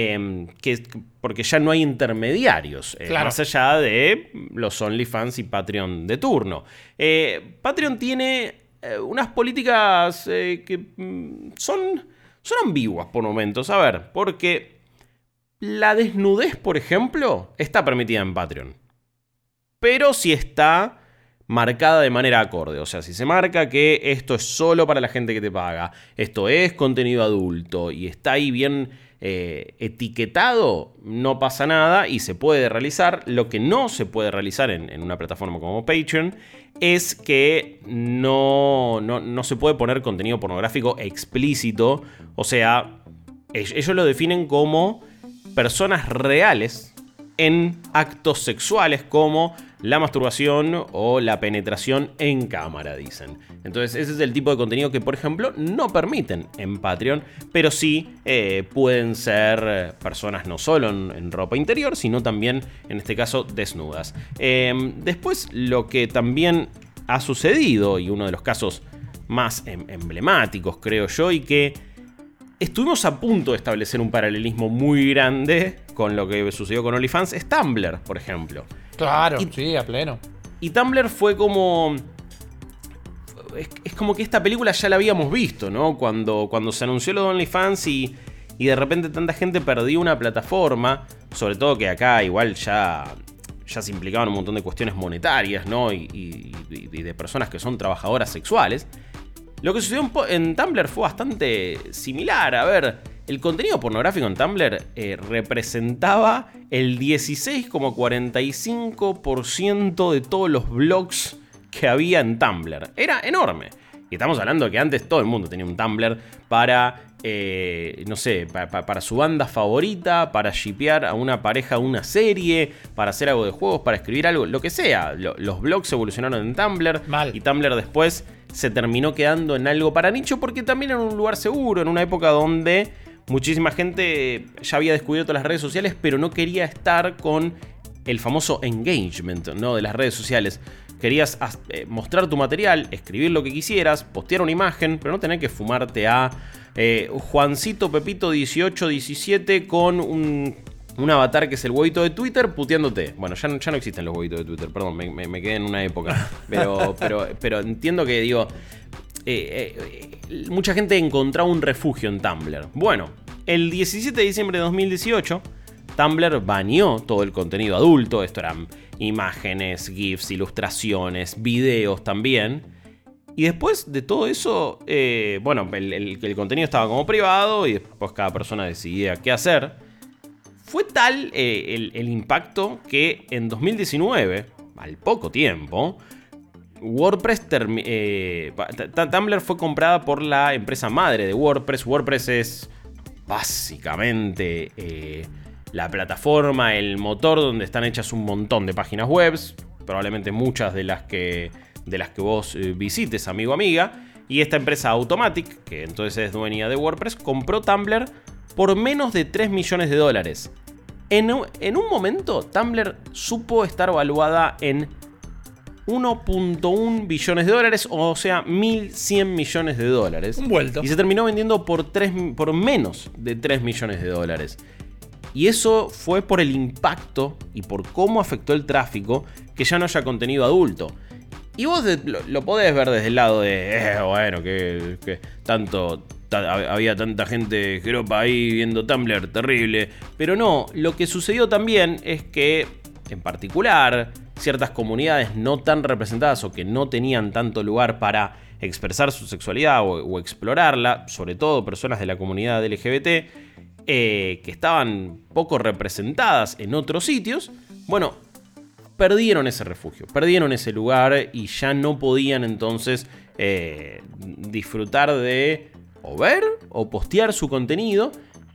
porque ya no hay intermediarios, claro, más allá de los OnlyFans y Patreon de turno. Patreon tiene unas políticas que son ambiguas por momentos. A ver, porque la desnudez, por ejemplo, está permitida en Patreon, pero si está marcada de manera acorde. O sea, si se marca que esto es solo para la gente que te paga, esto es contenido adulto y está ahí bien etiquetado, no pasa nada y se puede realizar. Lo que no se puede realizar en una plataforma como Patreon es que no se puede poner contenido pornográfico explícito. O sea, ellos lo definen como personas reales en actos sexuales como la masturbación o la penetración en cámara, dicen. Entonces ese es el tipo de contenido que, por ejemplo, no permiten en Patreon, pero sí pueden ser personas no solo en ropa interior, sino también, en este caso, desnudas. Después, lo que también ha sucedido, y uno de los casos más emblemáticos, creo yo, y que estuvimos a punto de establecer un paralelismo muy grande con lo que sucedió con OnlyFans, es Tumblr, por ejemplo. Claro, sí, a pleno. Y Tumblr fue como... Es como que esta película ya la habíamos visto, ¿no? Cuando se anunció lo de OnlyFans y de repente tanta gente perdió una plataforma, sobre todo que acá igual ya se implicaban un montón de cuestiones monetarias, ¿no? Y de personas que son trabajadoras sexuales. Lo que sucedió en Tumblr fue bastante similar. A ver, el contenido pornográfico en Tumblr representaba el 16,45% de todos los blogs que había en Tumblr. Era enorme. Y estamos hablando que antes todo el mundo tenía un Tumblr para, no sé, para su banda favorita, para shippear a una pareja una serie, para hacer algo de juegos, para escribir algo, lo que sea. Los blogs evolucionaron en Tumblr. Mal. Y Tumblr después se terminó quedando en algo para nicho porque también era un lugar seguro, en una época donde muchísima gente ya había descubierto las redes sociales, pero no quería estar con el famoso engagement, ¿no?, de las redes sociales. Querías mostrar tu material, escribir lo que quisieras, postear una imagen, pero no tener que fumarte a Juancito Pepito 1817 con un avatar que es el huevito de Twitter puteándote. Bueno, ya no existen los huevitos de Twitter, perdón, me quedé en una época. Pero entiendo que, digo, mucha gente encontraba un refugio en Tumblr. Bueno, el 17 de diciembre de 2018, Tumblr baneó todo el contenido adulto. Esto eran imágenes, GIFs, ilustraciones, videos también. Y después de todo eso, bueno, el contenido estaba como privado y después cada persona decidía qué hacer. Fue tal el impacto que en 2019, al poco tiempo, WordPress Tumblr fue comprada por la empresa madre de WordPress. WordPress es básicamente la plataforma, el motor donde están hechas un montón de páginas web, probablemente muchas de las que vos visites, amigo o amiga. Y esta empresa Automatic, que entonces es dueña de WordPress, compró Tumblr por menos de $3 millones. En un momento, Tumblr supo estar valuada en $1.1 billones, o sea, $1.100 millones. Un vuelto. Y se terminó vendiendo por menos de $3 millones. Y eso fue por el impacto y por cómo afectó el tráfico que ya no haya contenido adulto. Y vos lo podés ver desde el lado de, bueno, que había tanta gente jeropa ahí viendo Tumblr, terrible. Pero no, lo que sucedió también es que, en particular, ciertas comunidades no tan representadas o que no tenían tanto lugar para expresar su sexualidad o explorarla, sobre todo personas de la comunidad LGBT, que estaban poco representadas en otros sitios, bueno, perdieron ese refugio, perdieron ese lugar y ya no podían entonces disfrutar de o ver o postear su contenido.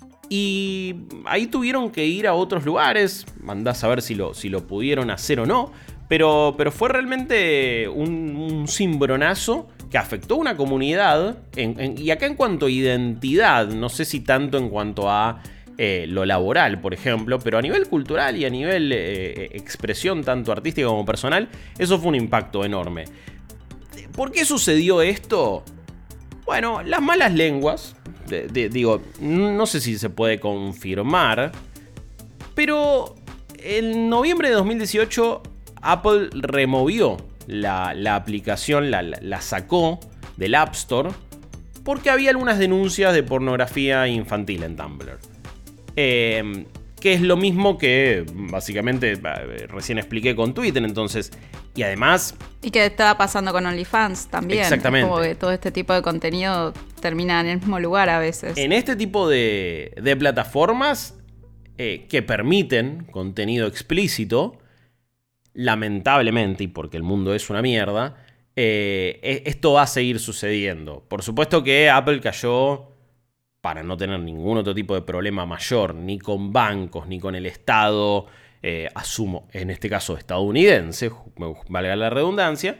Y ahí tuvieron que ir a otros lugares, andás a ver si lo pudieron hacer o no, pero fue realmente un cimbronazo que afectó a una comunidad, y acá en cuanto a identidad, no sé si tanto en cuanto a lo laboral, por ejemplo, pero a nivel cultural y a nivel expresión tanto artística como personal, eso fue un impacto enorme. ¿Por qué sucedió esto? Bueno, las malas lenguas, digo, no sé si se puede confirmar, pero en noviembre de 2018 Apple removió la aplicación, la sacó del App Store porque había algunas denuncias de pornografía infantil en Tumblr. Que es lo mismo que básicamente recién expliqué con Twitter, entonces, y además... Y que estaba pasando con OnlyFans también. Exactamente. Como que todo este tipo de contenido termina en el mismo lugar a veces. En este tipo de plataformas que permiten contenido explícito, lamentablemente, y porque el mundo es una mierda, esto va a seguir sucediendo. Por supuesto que Apple cayó para no tener ningún otro tipo de problema mayor, ni con bancos, ni con el Estado, asumo, en este caso estadounidense, valga la redundancia,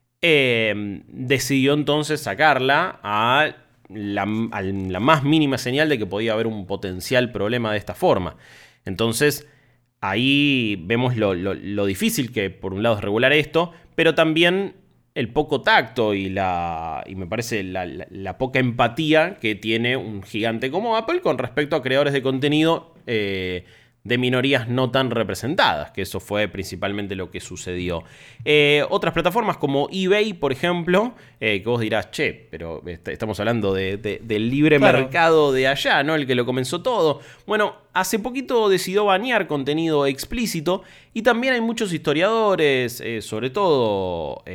decidió entonces sacarla a la más mínima señal de que podía haber un potencial problema de esta forma. Entonces, ahí vemos lo difícil que por un lado es regular esto, pero también el poco tacto y me parece la poca empatía que tiene un gigante como Apple con respecto a creadores de contenido de minorías no tan representadas, que eso fue principalmente lo que sucedió. Otras plataformas como eBay, por ejemplo, que vos dirás, che, pero estamos hablando del libre mercado de allá, ¿no? El que lo comenzó todo. Bueno, hace poquito decidió banear contenido explícito y también hay muchos historiadores, sobre todo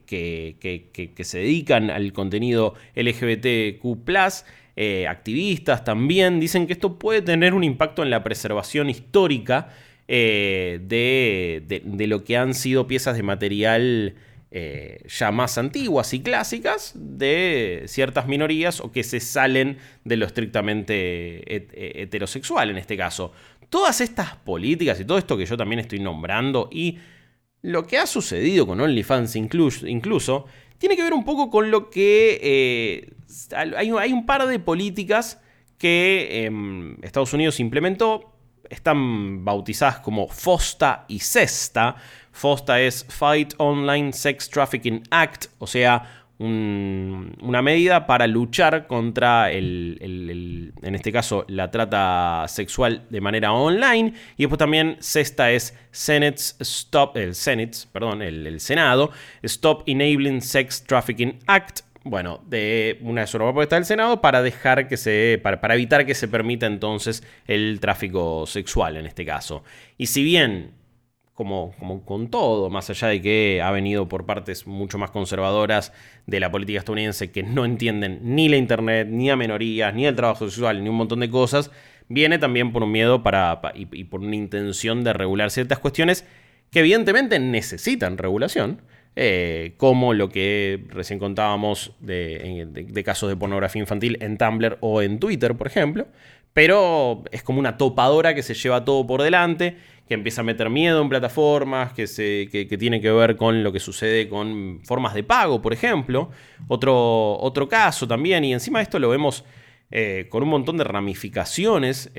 que se dedican al contenido LGBTQ+, activistas también, dicen que esto puede tener un impacto en la preservación histórica de lo que han sido piezas de material ya más antiguas y clásicas de ciertas minorías o que se salen de lo estrictamente heterosexual en este caso. Todas estas políticas y todo esto que yo también estoy nombrando y lo que ha sucedido con OnlyFans incluso tiene que ver un poco con lo que hay un par de políticas que Estados Unidos implementó. Están bautizadas como FOSTA y SESTA. FOSTA es Fight Online Sex Trafficking Act, o sea, una medida para luchar contra en este caso, la trata sexual de manera online. Y después también SESTA es el Senado, Stop Enabling Sex Trafficking Act. Bueno, de una propuesta del Senado para dejar para evitar que se permita entonces el tráfico sexual en este caso. Y si bien, como con todo, más allá de que ha venido por partes mucho más conservadoras de la política estadounidense que no entienden ni la internet, ni a minorías, ni el trabajo sexual, ni un montón de cosas, viene también por un miedo y por una intención de regular ciertas cuestiones que evidentemente necesitan regulación. Como lo que recién contábamos de casos de pornografía infantil en Tumblr o en Twitter, por ejemplo. Pero es como una topadora que se lleva todo por delante, que empieza a meter miedo en plataformas, que tiene que ver con lo que sucede con formas de pago, por ejemplo. Otro caso también, y encima de esto lo vemos con un montón de ramificaciones,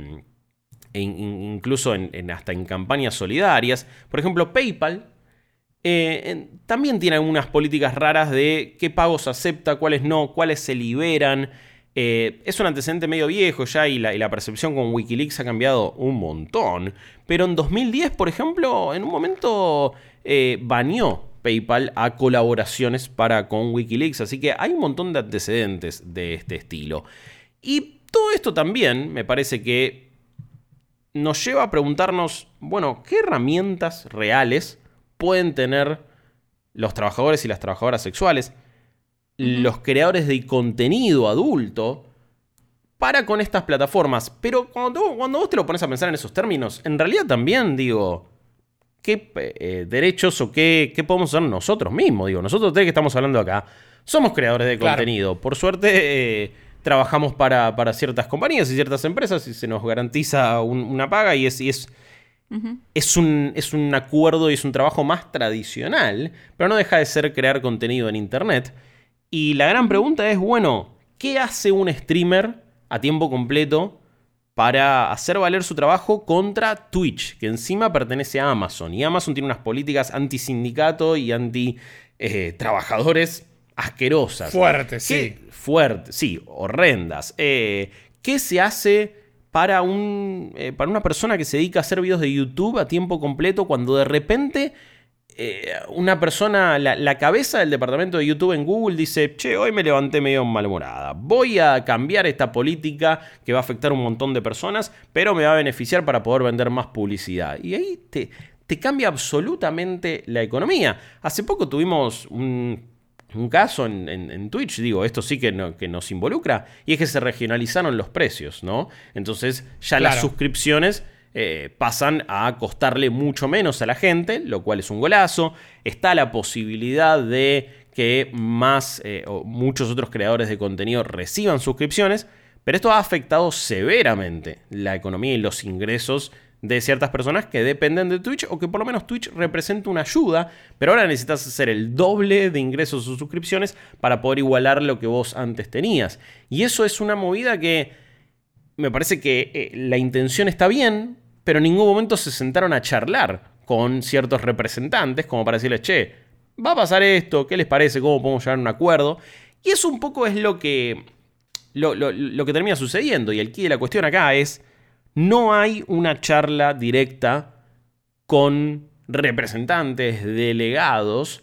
incluso hasta en campañas solidarias. Por ejemplo, PayPal también tiene algunas políticas raras de qué pagos acepta, cuáles no, cuáles se liberan. Es un antecedente medio viejo ya y la percepción con Wikileaks ha cambiado un montón. Pero en 2010, por ejemplo, en un momento baneó PayPal a colaboraciones con Wikileaks. Así que hay un montón de antecedentes de este estilo. Y todo esto también me parece que nos lleva a preguntarnos, bueno, ¿qué herramientas reales pueden tener los trabajadores y las trabajadoras sexuales, los creadores de contenido adulto, para con estas plataformas? Pero cuando vos te lo pones a pensar en esos términos, en realidad también, digo, ¿qué derechos o qué podemos hacer nosotros mismos? Digo, nosotros tres que estamos hablando acá, somos creadores de contenido. Por suerte, trabajamos para ciertas compañías y ciertas empresas y se nos garantiza una paga y es un acuerdo y es un trabajo más tradicional, pero no deja de ser crear contenido en internet. Y la gran pregunta es, bueno, ¿qué hace un streamer a tiempo completo para hacer valer su trabajo contra Twitch, que encima pertenece a Amazon? Y Amazon tiene unas políticas anti-sindicato y anti-trabajadores asquerosas. Fuertes, sí. Fuertes, sí, horrendas. ¿Qué se hace para una persona que se dedica a hacer videos de YouTube a tiempo completo cuando de repente una persona, la cabeza del departamento de YouTube en Google dice, che, hoy me levanté medio malhumorada, voy a cambiar esta política que va a afectar a un montón de personas, pero me va a beneficiar para poder vender más publicidad? Y ahí te cambia absolutamente la economía. Hace poco tuvimos un caso en Twitch, digo, esto sí que nos involucra, y es que se regionalizaron los precios, ¿no? Entonces ya las suscripciones pasan a costarle mucho menos a la gente, lo cual es un golazo. Está la posibilidad de que o muchos otros creadores de contenido reciban suscripciones, pero esto ha afectado severamente la economía y los ingresos de ciertas personas que dependen de Twitch, o que por lo menos Twitch representa una ayuda, pero ahora necesitas hacer el doble de ingresos o suscripciones para poder igualar lo que vos antes tenías. Y eso es una movida que me parece que la intención está bien, pero en ningún momento se sentaron a charlar con ciertos representantes como para decirles, che, va a pasar esto, ¿qué les parece? ¿Cómo podemos llegar a un acuerdo? Y eso un poco es lo que termina sucediendo. Y el quid de la cuestión acá es, no hay una charla directa con representantes, delegados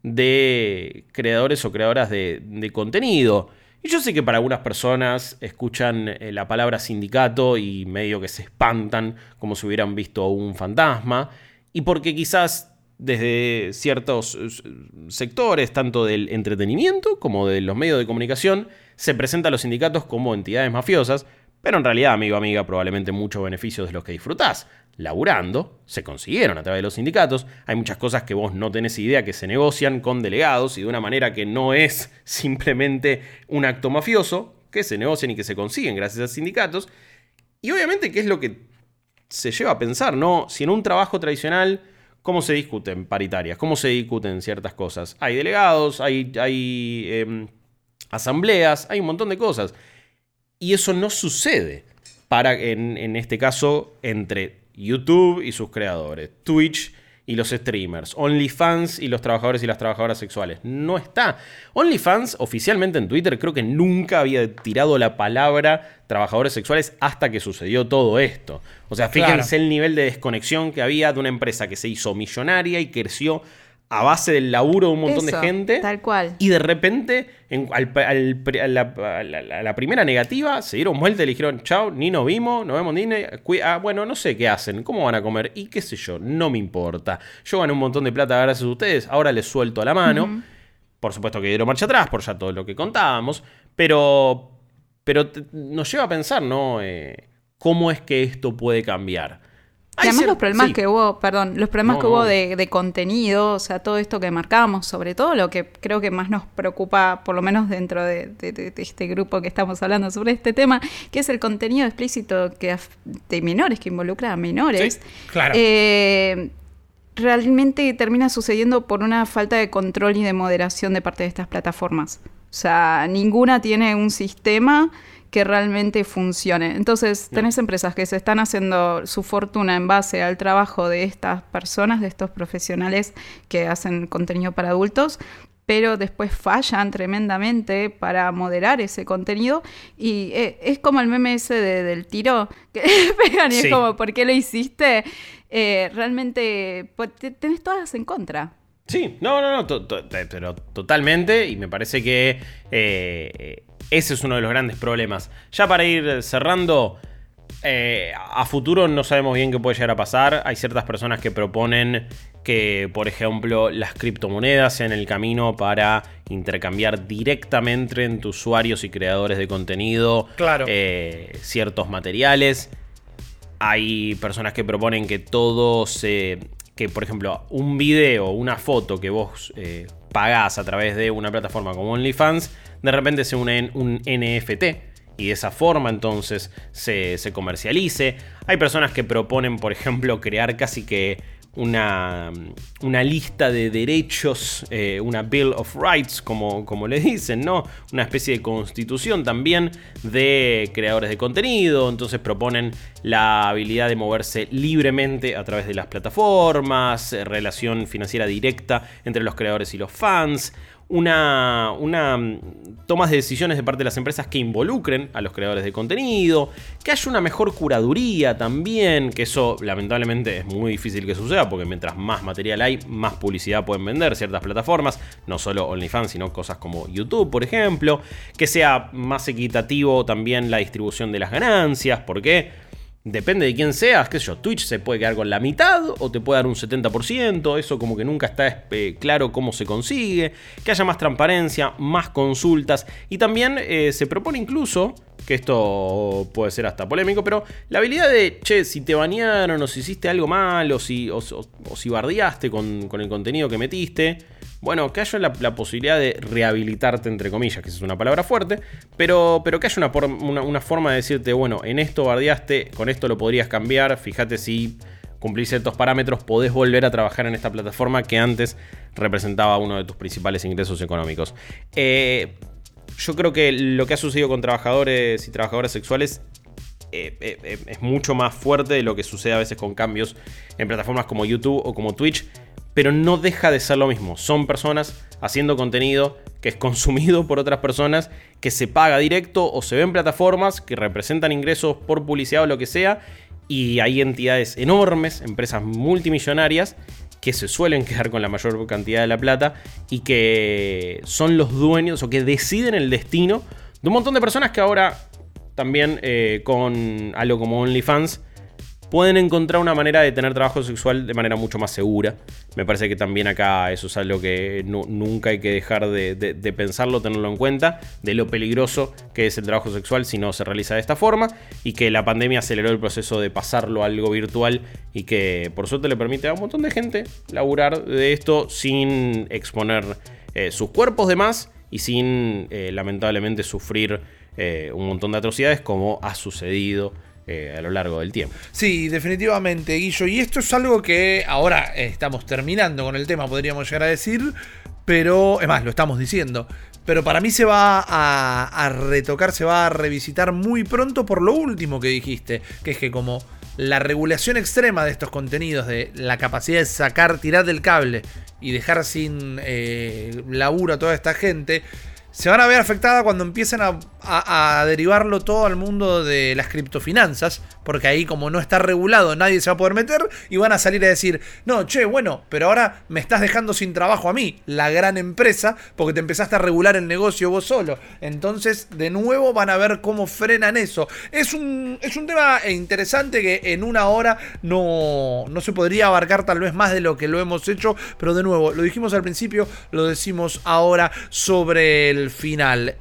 de creadores o creadoras de contenido. Y yo sé que para algunas personas escuchan la palabra sindicato y medio que se espantan como si hubieran visto un fantasma. Y porque quizás desde ciertos sectores, tanto del entretenimiento como de los medios de comunicación, se presentan a los sindicatos como entidades mafiosas. Pero en realidad, amigo, amiga, probablemente muchos beneficios de los que disfrutás laburando se consiguieron a través de los sindicatos. Hay muchas cosas que vos no tenés idea que se negocian con delegados y de una manera que no es simplemente un acto mafioso, que se negocian y que se consiguen gracias a sindicatos. Y obviamente, ¿qué es lo que se lleva a pensar, no? Si en un trabajo tradicional, ¿cómo se discuten paritarias? ¿Cómo se discuten ciertas cosas? Hay delegados, hay asambleas, hay un montón de cosas. Y eso no sucede en este caso entre YouTube y sus creadores, Twitch y los streamers, OnlyFans y los trabajadores y las trabajadoras sexuales. No está. OnlyFans oficialmente en Twitter creo que nunca había tirado la palabra trabajadores sexuales hasta que sucedió todo esto. O sea, fíjense el nivel de desconexión que había de una empresa que se hizo millonaria y creció a base del laburo de un montón de gente. Tal cual. Y de repente, a la primera negativa, se dieron vuelta y le dijeron, chao, ni nos vemos ni... bueno, no sé qué hacen, cómo van a comer, y qué sé yo, no me importa. Yo gané un montón de plata gracias a ustedes, ahora les suelto a la mano. Uh-huh. Por supuesto que dieron marcha atrás, por ya todo lo que contábamos, pero nos lleva a pensar, ¿no? ¿Cómo es que esto puede cambiar? Y además los problemas que hubo, que hubo de contenido, o sea, todo esto que marcábamos, sobre todo lo que creo que más nos preocupa, por lo menos dentro de este grupo que estamos hablando sobre este tema, que es el contenido explícito de menores, que involucra a menores. Sí, claro. Realmente termina sucediendo por una falta de control y de moderación de parte de estas plataformas. O sea, ninguna tiene un sistema que realmente funcione. Entonces, tenés empresas que se están haciendo su fortuna en base al trabajo de estas personas, de estos profesionales que hacen contenido para adultos, pero después fallan tremendamente para moderar ese contenido. Y es como el meme ese del tiro, que pegan y es como, ¿por qué lo hiciste? Realmente tenés todas en contra. Sí, no, pero totalmente, y me parece que ese es uno de los grandes problemas. Ya para ir cerrando, a futuro no sabemos bien qué puede llegar a pasar. Hay ciertas personas que proponen que, por ejemplo, las criptomonedas sean el camino para intercambiar directamente entre usuarios y creadores de contenido ciertos materiales. Hay personas que proponen que que, por ejemplo, un video, una foto que vos pagás a través de una plataforma como OnlyFans, de repente se une un NFT y de esa forma entonces se comercialice. Hay personas que proponen, por ejemplo, crear casi que una lista de derechos, una Bill of Rights, como le dicen, ¿no? Una especie de constitución también de creadores de contenido. Entonces proponen la habilidad de moverse libremente a través de las plataformas, relación financiera directa entre los creadores y los fans, una tomas de decisiones de parte de las empresas que involucren a los creadores de contenido, que haya una mejor curaduría también, que eso lamentablemente es muy difícil que suceda, porque mientras más material hay, más publicidad pueden vender ciertas plataformas, no solo OnlyFans, sino cosas como YouTube, por ejemplo, que sea más equitativo también la distribución de las ganancias, porque depende de quién seas, qué sé yo, Twitch se puede quedar con la mitad o te puede dar un 70%, eso como que nunca está claro cómo se consigue, que haya más transparencia, más consultas, y también se propone incluso, que esto puede ser hasta polémico, pero la habilidad de, si te banearon o si hiciste algo mal o si bardeaste con el contenido que metiste, bueno, que haya la posibilidad de rehabilitarte, entre comillas, que esa es una palabra fuerte, pero que haya una forma de decirte, bueno, en esto bardeaste, con esto lo podrías cambiar, fíjate si cumplís ciertos parámetros, podés volver a trabajar en esta plataforma que antes representaba uno de tus principales ingresos económicos. Yo creo que lo que ha sucedido con trabajadores y trabajadoras sexuales es mucho más fuerte de lo que sucede a veces con cambios en plataformas como YouTube o como Twitch, pero no deja de ser lo mismo. Son personas haciendo contenido que es consumido por otras personas, que se paga directo o se ve en plataformas que representan ingresos por publicidad o lo que sea, y hay entidades enormes, empresas multimillonarias, que se suelen quedar con la mayor cantidad de la plata y que son los dueños o que deciden el destino de un montón de personas que ahora también con algo como OnlyFans pueden encontrar una manera de tener trabajo sexual de manera mucho más segura. Me parece que también acá eso es algo que nunca hay que dejar de pensarlo, tenerlo en cuenta, de lo peligroso que es el trabajo sexual si no se realiza de esta forma, y que la pandemia aceleró el proceso de pasarlo a algo virtual y que por suerte le permite a un montón de gente laburar de esto sin exponer sus cuerpos de más y sin lamentablemente sufrir un montón de atrocidades como ha sucedido a lo largo del tiempo. Sí, definitivamente, Guillo. Y esto es algo que ahora estamos terminando con el tema, podríamos llegar a decir, pero es más, lo estamos diciendo. Pero para mí se va a retocar, se va a revisitar muy pronto por lo último que dijiste, que es que como la regulación extrema de estos contenidos, de la capacidad de sacar, tirar del cable y dejar sin laburo a toda esta gente, se van a ver afectadas cuando empiecen a derivarlo todo al mundo de las criptofinanzas, porque ahí como no está regulado nadie se va a poder meter y van a salir a decir, no, che, bueno, pero ahora me estás dejando sin trabajo a mí, la gran empresa, porque te empezaste a regular el negocio vos solo. Entonces, de nuevo van a ver cómo frenan eso. Es un tema interesante que en una hora no se podría abarcar tal vez más de lo que lo hemos hecho, pero de nuevo, lo dijimos al principio, lo decimos ahora sobre el final.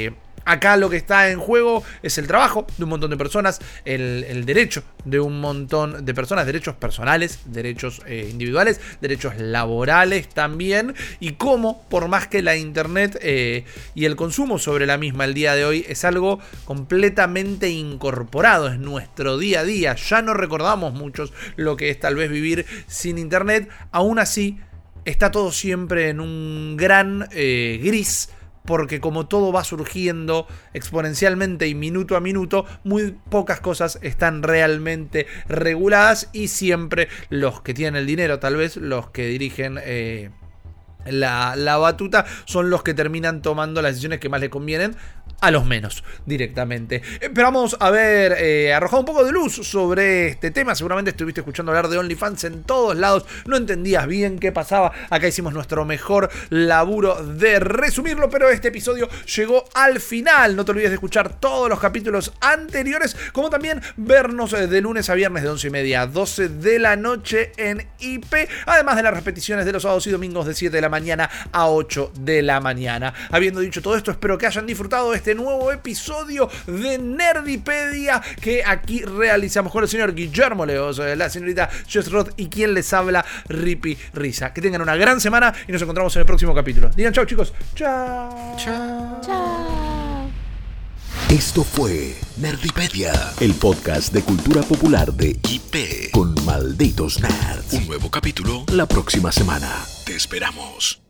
Acá lo que está en juego es el trabajo de un montón de personas, el derecho de un montón de personas, derechos personales, derechos individuales, derechos laborales también, y cómo, por más que la internet y el consumo sobre la misma el día de hoy es algo completamente incorporado, es nuestro día a día, ya no recordamos muchos lo que es tal vez vivir sin internet, aún así está todo siempre en un gran gris, porque como todo va surgiendo exponencialmente y minuto a minuto, muy pocas cosas están realmente reguladas y siempre los que tienen el dinero, tal vez los que dirigen la batuta, son los que terminan tomando las decisiones que más les convienen a los menos directamente. Esperamos haber arrojado un poco de luz sobre este tema. Seguramente estuviste escuchando hablar de OnlyFans en todos lados, no entendías bien qué pasaba. Acá hicimos nuestro mejor laburo de resumirlo, pero este episodio llegó al final. No te olvides de escuchar todos los capítulos anteriores, como también vernos de lunes a viernes de 11:30 a 12 de la noche en IP, además de las repeticiones de los sábados y domingos de 7 de la mañana a 8 de la mañana. Habiendo dicho todo esto, espero que hayan disfrutado de este nuevo episodio de Nerdipedia que aquí realizamos con el señor Guillermo Leoz, la señorita Jess Roth y quien les habla, Rippy Risa. Que tengan una gran semana y nos encontramos en el próximo capítulo. Digan chao, chicos. Chao. Chao. Chao. Esto fue Nerdipedia, el podcast de cultura popular de IP con Malditos Nerds. Un nuevo capítulo la próxima semana. Te esperamos.